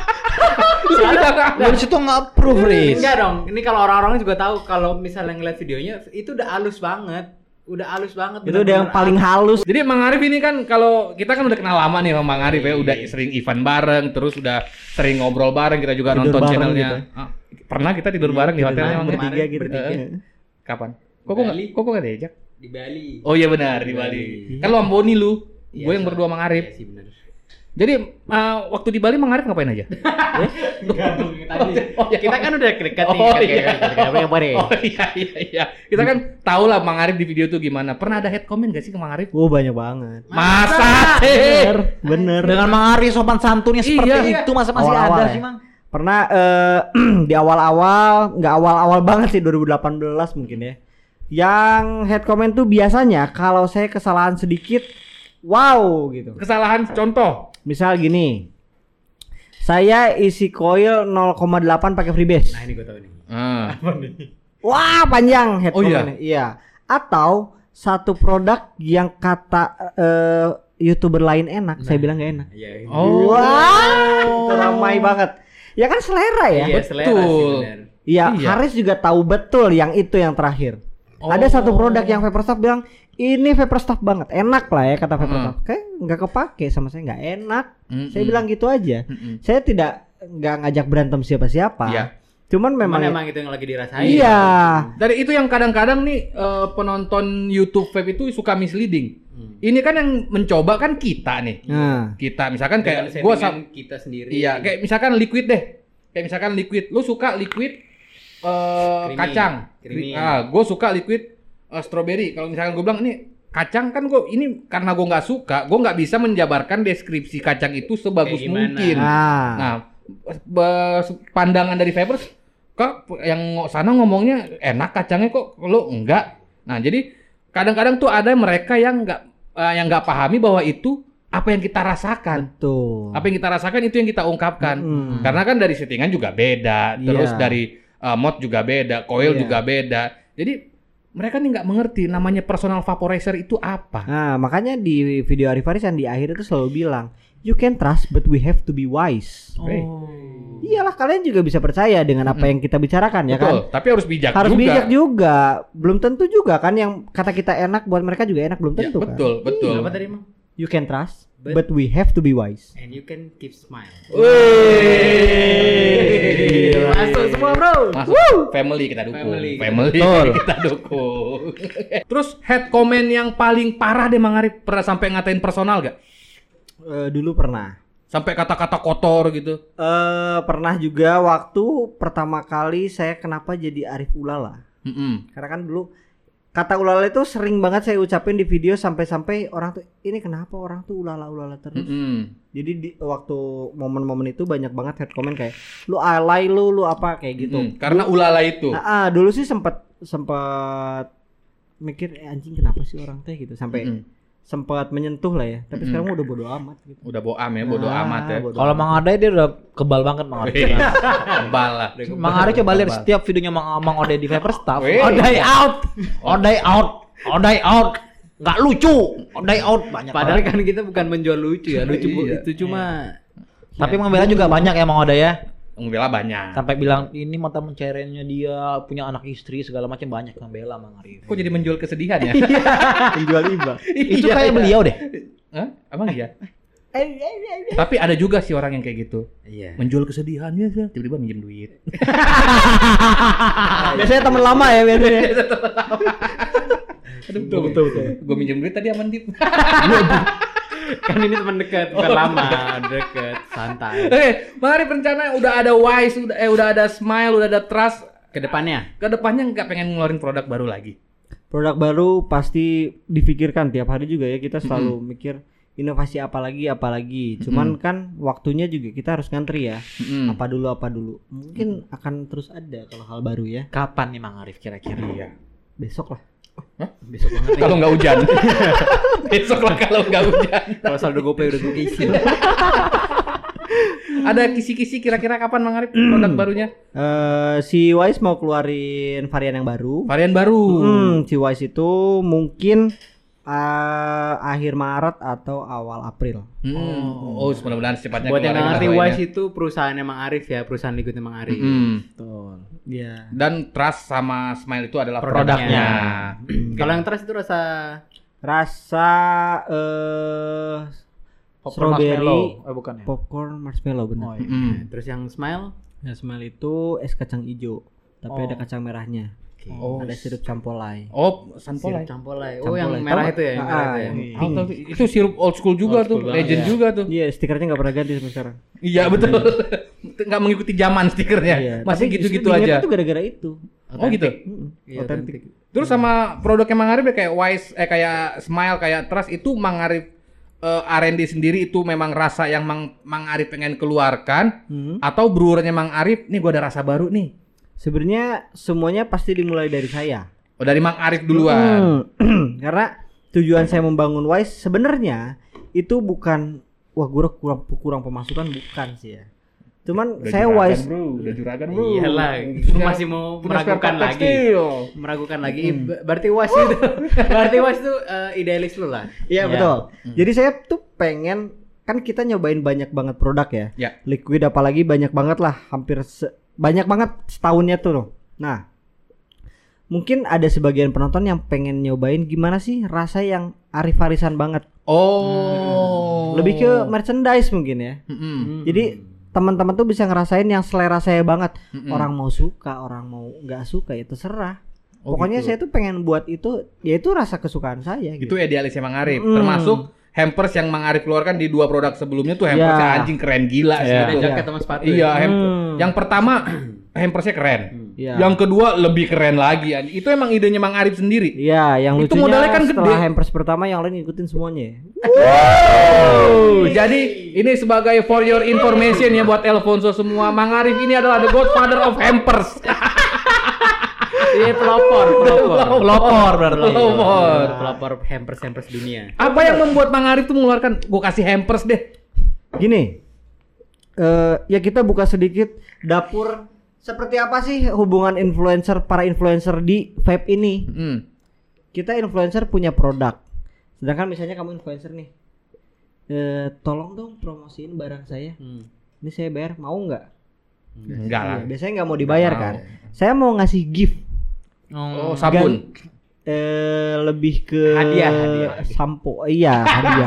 Lu situ nggak approve, Riz. Enggak dong. Ini kalau orang-orang juga tahu kalau misalnya ngeliat videonya itu udah halus banget. Udah halus banget. Itu udah yang paling halus. Jadi Mang Arif ini kan kalau kita kan udah kenal lama nih sama Mang Arif ya, udah sering event bareng, terus udah sering ngobrol bareng, kita juga tidur nonton channelnya. Gitu. Pernah kita tidur bareng di hotelnya Mang Arif. Bertiga gitu. Kapan? Kok nggak diajak? Di Bali. Oh iya benar di Bali. Kan lu Amboni lu. Gue yang berdua Mang Arif. Iya sih benar. Jadi waktu di Bali Mang Arif ngapain aja? Kita kan udah dekat nih. Oh iya. Kita kan tahu lah Mang Arif di video tuh gimana. Pernah ada head comment gak sih ke Mang Arif? Oh banyak banget. Masa sih? Bener. Dengan Mang Arif sopan santunnya seperti itu masa masih Awal-awal ada ya. sih, Mang? Pernah di awal-awal, nggak awal-awal banget sih 2018 mungkin ya. Yang head comment tuh biasanya kalau saya kesalahan sedikit, wow gitu. Kesalahan contoh. Misal gini, saya isi coil 0,8 pakai freebase. Nah ini gue tahu nih. Apa nih? Wah panjang head comment-nya. Iya. Atau satu produk yang kata YouTuber lain enak, saya bilang nggak enak. Iya. Wow, itu ramai banget. Ya kan selera ya. Iya, selera sih benar. Iya, Haris juga tahu betul yang itu yang terakhir. Ada satu produk yang Vaporstaff bilang ini Vaporstaff banget, enak lah ya kata Vaporstaff. Kayak nggak kepake sama saya, nggak enak. Saya bilang gitu aja. Saya nggak ngajak berantem siapa-siapa. Iya. Cuman memang itu yang lagi dirasain. Iya. Dari itu yang kadang-kadang nih penonton YouTube vape itu suka misleading. Ini kan yang mencoba kan kita nih. Kita misalkan kayak gua kita sendiri. Iya, kayak misalkan liquid deh. Kayak misalkan liquid, lu suka liquid kacang. Gue suka liquid strawberry. Kalau misalkan gue bilang ini kacang kan ini karena gue nggak suka, gue nggak bisa menjabarkan deskripsi kacang itu sebagus mungkin. Nah, pandangan dari Vapers, kok yang sana ngomongnya enak kacangnya kok lo enggak. Nah, jadi kadang-kadang tuh ada mereka yang nggak pahami bahwa itu apa yang kita rasakan. Betul. Apa yang kita rasakan itu yang kita ungkapkan. Karena kan dari settingan juga beda, terus dari mod juga beda, coil juga beda. Jadi mereka nih nggak mengerti namanya personal vaporizer itu apa. Nah, makanya di video Arif Faris yang di akhir itu selalu bilang, you can trust but we have to be wise. Iyalah, kalian juga bisa percaya dengan apa yang kita bicarakan. Betul, ya kan? Tapi harus bijak juga. Harus bijak juga. Belum tentu juga kan yang kata kita enak buat mereka juga enak, belum tentu kan. Betul. Apa tadi, Mang? You can trust but we have to be wise. And you can keep smile. Masuk semua, bro. Masuk. Family kita dukung. Family kita dukung. Terus head comment yang paling parah deh Mang Arif, pernah sampai ngatain personal gak? Dulu pernah. Sampai kata-kata kotor gitu. Pernah juga waktu pertama kali saya kenapa jadi Arif Ulala. Karena kan dulu kata ulala itu sering banget saya ucapin di video sampai orang tuh ini kenapa orang tuh ulala terus. Jadi di waktu momen-momen itu banyak banget head comment kayak lu alay lu apa kayak gitu. Karena ulala itu. Dulu sih sempat mikir anjing kenapa sih orang teh gitu sampai sempat menyentuh lah ya. Tapi sekarang udah bodo amat gitu. Udah bodo amat ya. Kalau Mang Ode dia udah kebal banget Mang Ode. Kebal lah. Mang Ode coba lihat setiap videonya Mang Ode di Viper Staff. Odai out. Nggak lucu. Odai out banyak. Padahal kan kita bukan menjual lucu ya. Lucu itu cuma. Tapi membela juga banyak ya Mang Ode ya. Membela banyak. Sampai bilang ini mata mencerainya dia punya anak istri segala macam banyak membela Mang Arif. Kok jadi menjual kesedihan ya? Menjual iba. Itu kayak beliau deh. Hah? Emang iya? Tapi ada juga sih orang yang kayak gitu. Iya. Menjual kesedihan ya, tiba-tiba minjem duit. Biasanya teman lama ya biasanya. Betul. Gue minjem duit tadi aman Dip. Kan ini teman dekat, bukan lama, dekat, santai. Oke, mari rencana udah ada Wise, udah ada Smile, udah ada Trust. Kedepannya Nggak pengen ngeluarin produk baru lagi. Produk baru pasti difikirkan tiap hari juga ya, kita selalu mikir inovasi apa lagi. Cuman kan waktunya juga kita harus ngantri ya. Apa dulu. Mungkin akan terus ada kalau hal baru ya. Kapan nih Mang Arif kira-kira? Iya. Besok lah. Hah? Besok banget. Kalau nggak hujan. Besok lah kalau nggak hujan. kalau saldo GoPay udah gue isi. Ada kisi-kisi kira-kira kapan Mang Arif produk barunya? Si Wise mau keluarin varian yang baru. Varian baru. Si Wise itu mungkin akhir Maret atau awal April. Oh, mudah-mudahan secepatnya. Buat yang ngerti Wise itu perusahaan Mang Arif ya, perusahaan liquidnya Mang Arif. Betul. Iya. Dan Trust sama Smile itu adalah produknya. Kalau yang Trust itu rasa strawberry, bukan ya? popcorn marshmallow benar. Terus yang Smile? Yang Smile itu es kacang hijau, tapi ada kacang merahnya. Ada sirup campolai. Sirup campolai. Yang merah itu ya? Yang merah itu ya? Itu sirup old school juga tuh, legend juga tuh. Iya, stikernya nggak pernah ganti sampai sekarang. Iya betul. Nggak mengikuti zaman stikernya. Masih gitu-gitu aja. Itu gara-gara itu. Oh gitu. Otentik. Terus sama produknya Mang Arif kayak Wise, kayak Smile, kayak Trust itu Mang Arif R&D sendiri itu memang rasa yang Mang Arif pengen keluarkan, atau brewernya Mang Arif, nih gua ada rasa baru nih. Sebenarnya semuanya pasti dimulai dari saya. Oh, dari Mang Arif duluan. Karena tujuan saya membangun Wise sebenarnya itu bukan gua kurang pemasukan, bukan sih ya. Cuman udah saya juragan, Wise udah juragan bro. Iyalah, masih mau meragukan lagi. Berarti Wise itu idealis lu lah. Iya betul. Jadi saya tuh pengen, kan kita nyobain banyak banget produk ya. Liquid apalagi banyak banget lah, hampir banyak banget setahunnya tuh loh. Nah, mungkin ada sebagian penonton yang pengen nyobain gimana sih rasa yang Arif-Arisan banget. Lebih ke merchandise mungkin ya. Jadi teman-teman tuh bisa ngerasain yang selera saya banget. Orang mau suka, orang mau nggak suka ya terserah. Pokoknya gitu. Saya tuh pengen buat itu, yaitu rasa kesukaan saya. Itu idealisnya Mang Arif. Termasuk hampers yang Mang Arif keluarkan di 2 produk sebelumnya tuh hampersnya anjing keren gila sih. Jaket sama sepatu. Iya, yang pertama hampersnya keren. Yang kedua lebih keren lagi. Itu emang idenya Mang Arif sendiri. Iya, yang itu lucunya modalnya kan setelah gede. hampers pertama yang lain ngikutin semuanya. Jadi ini sebagai for your information ya buat Alfonso semua, Mang Arif ini adalah the godfather of hampers. Iya, pelopor hampers dunia. Apa yang membuat Mang Arif tuh mengeluarkan, gue kasih hampers deh. Gini, ya kita buka sedikit dapur. Seperti apa sih hubungan para influencer di vape ini? Kita influencer punya produk. Sedangkan misalnya kamu influencer nih, tolong dong promosiin barang saya. Ini saya bayar, mau nggak? Enggak lah. Biasanya nggak mau dibayar kan? Saya mau ngasih gift. Sabun. Lebih ke hadiah. Sampo. Iya, hadiah.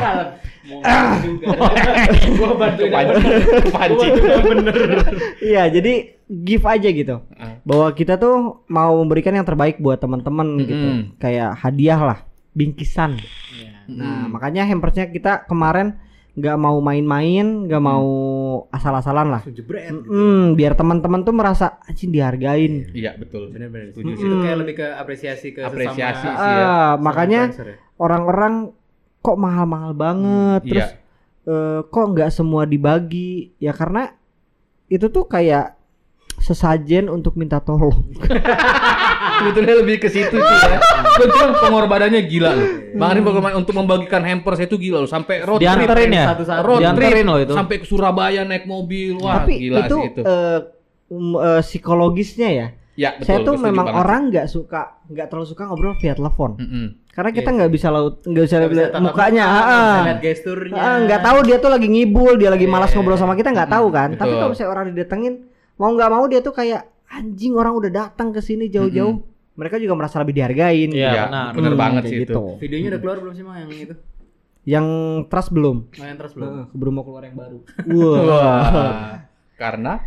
Gua bantuin pancing. Bener. Iya, jadi give aja gitu. Bahwa kita tuh mau memberikan yang terbaik buat teman-teman gitu. Kayak hadiah lah, bingkisan. Nah, makanya hampersnya kita kemarin nggak mau main-main, nggak mau asal-asalan lah. Biar teman-teman tuh merasa anjing dihargain. Iya betul. Benar-benar. Itu kayak lebih ke apresiasi sesama. Sih ya. Makanya orang-orang kok mahal-mahal banget. Terus kok nggak semua dibagi? Ya karena itu tuh kayak sesajen untuk minta tolong. Sebetulnya lebih ke situ sih ya. Cuma pengorbanannya gila loh. Bang Arif untuk membagikan hampers itu gila loh, sampai road trip. Dianterin ya? Road trip loh itu. sampai ke Surabaya naik mobil. Wah, tapi gila itu, sih itu. Psikologisnya ya. Ya, betul, saya tuh memang banget. orang nggak terlalu suka ngobrol via telepon. Karena kita nggak bisa lihat mukanya, lihat gesturnya. Nggak tahu dia tuh lagi ngibul, dia lagi malas ngobrol sama kita, nggak tahu kan. Tapi kalau misalnya orang didatengin, mau nggak mau dia tuh kayak anjing, orang udah datang ke sini jauh-jauh. Mereka juga merasa lebih dihargain. Iya, benar banget sih itu. Gitu. Videonya udah keluar belum sih Mang yang itu? Yang trust belum. Yang trust belum. Belum mau keluar yang baru. Wah. Karena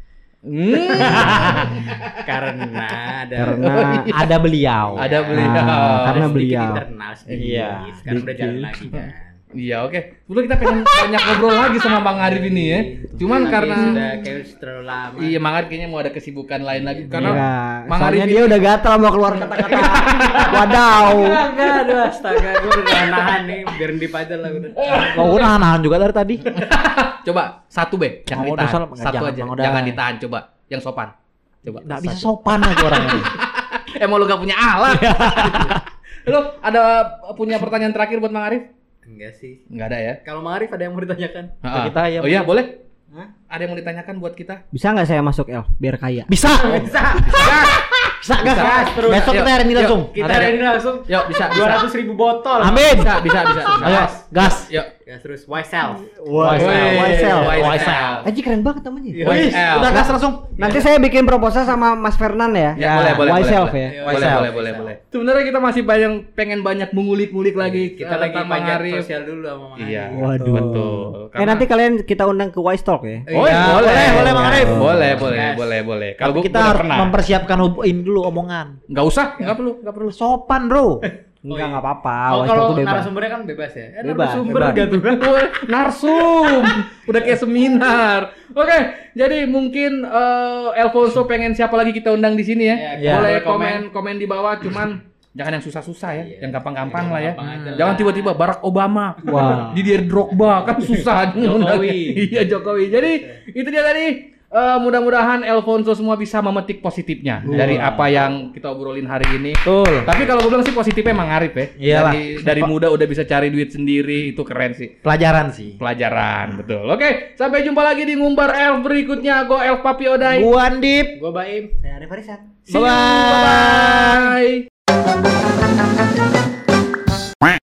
karena ada beliau. Ada beliau. Karena sedikit beliau. internal sedikit. Iya. Sekarang udah jalan lagi kan. Iya, oke. Sebelum kita pengen banyak ngobrol lagi sama Bang Arif ini ya. Cuman Tapi karena sudah kayak terlalu lama. Iya, Bang Arif kayaknya mau ada kesibukan lain lagi karena Bang soalnya Arif dia udah gatal mau keluar kata-kata. Wadaw. Enggak, aduh astaga, gue udah nahan nih, biar dip aja lah udah. Gue nahan juga dari tadi. Coba satu be, jangan Mau ditahan. salah, Satu jangan, aja, Bang, udah. jangan ditahan. Coba, yang sopan. Coba. Nggak bisa sopan lagi orang ini. Emang lu gak punya alat. Lu ada punya pertanyaan terakhir buat Bang Arif? Enggak sih. Enggak ada ya. Kalau Mang Arif ada yang mau ditanyakan? Kita ya. Oh iya, boleh. Hah? Ada yang mau ditanyakan buat kita? Bisa nggak saya masuk El biar kaya? Bisa. Bisa gas terus. Besok kita hari ini langsung. Kita hari ini langsung. Yuk, bisa. 200.000 botol. Amin. Bisa. Ayo, gas. Yuk. Gas terus YSelf. YSL. Aji keren banget namanya. YSL. Udah gas langsung. Nanti saya bikin proposal sama Mas Fernan ya. Ya, boleh. Myself boleh. ya. Boleh. Sebenarnya kita masih pengen banyak mengulik-ngulik lagi. Kita lagi tentang Bang panjat Arif. sosial dulu sama Mang Arif. Iya. Waduh. Betul. Nanti kalian kita undang ke Wise Talk ya. Oh, Iya, boleh Bang Arif. Boleh. Kalau Kalau kita harus mempersiapkan ini dulu omongan. enggak usah, enggak perlu. Sopan, Bro. Enggak apa-apa. Oh, Wise Talk kalau tuh bebas. narasumbernya kan bebas ya. Bebas, Narasumber bebas. gitu kan. Narsum. Udah kayak seminar. Oke, jadi mungkin Alfonso pengen siapa lagi kita undang di sini ya. Iya, Boleh komen. komen di bawah, cuman jangan yang susah-susah ya, yang gampang-gampang lah ya. Gampang aja lah. Jangan tiba-tiba Barack Obama, Wah. Didier Drogba kan susah Jokowi. Iya Jokowi. Jadi itu dia tadi. Mudah-mudahan Alfonso semua bisa memetik positifnya dari apa yang kita obrolin hari ini. Betul. Tapi kalau gue bilang sih positifnya Mang Arif ya. Iyalah. Dari muda udah bisa cari duit sendiri, itu keren sih. Pelajaran sih. Pelajaran, betul. Oke, sampai jumpa lagi di Ngumbar Elf berikutnya. Go Elf Papi Odai. Gua Andip. Gua Baim. Saya Arif Arisan. See you. Bye-bye.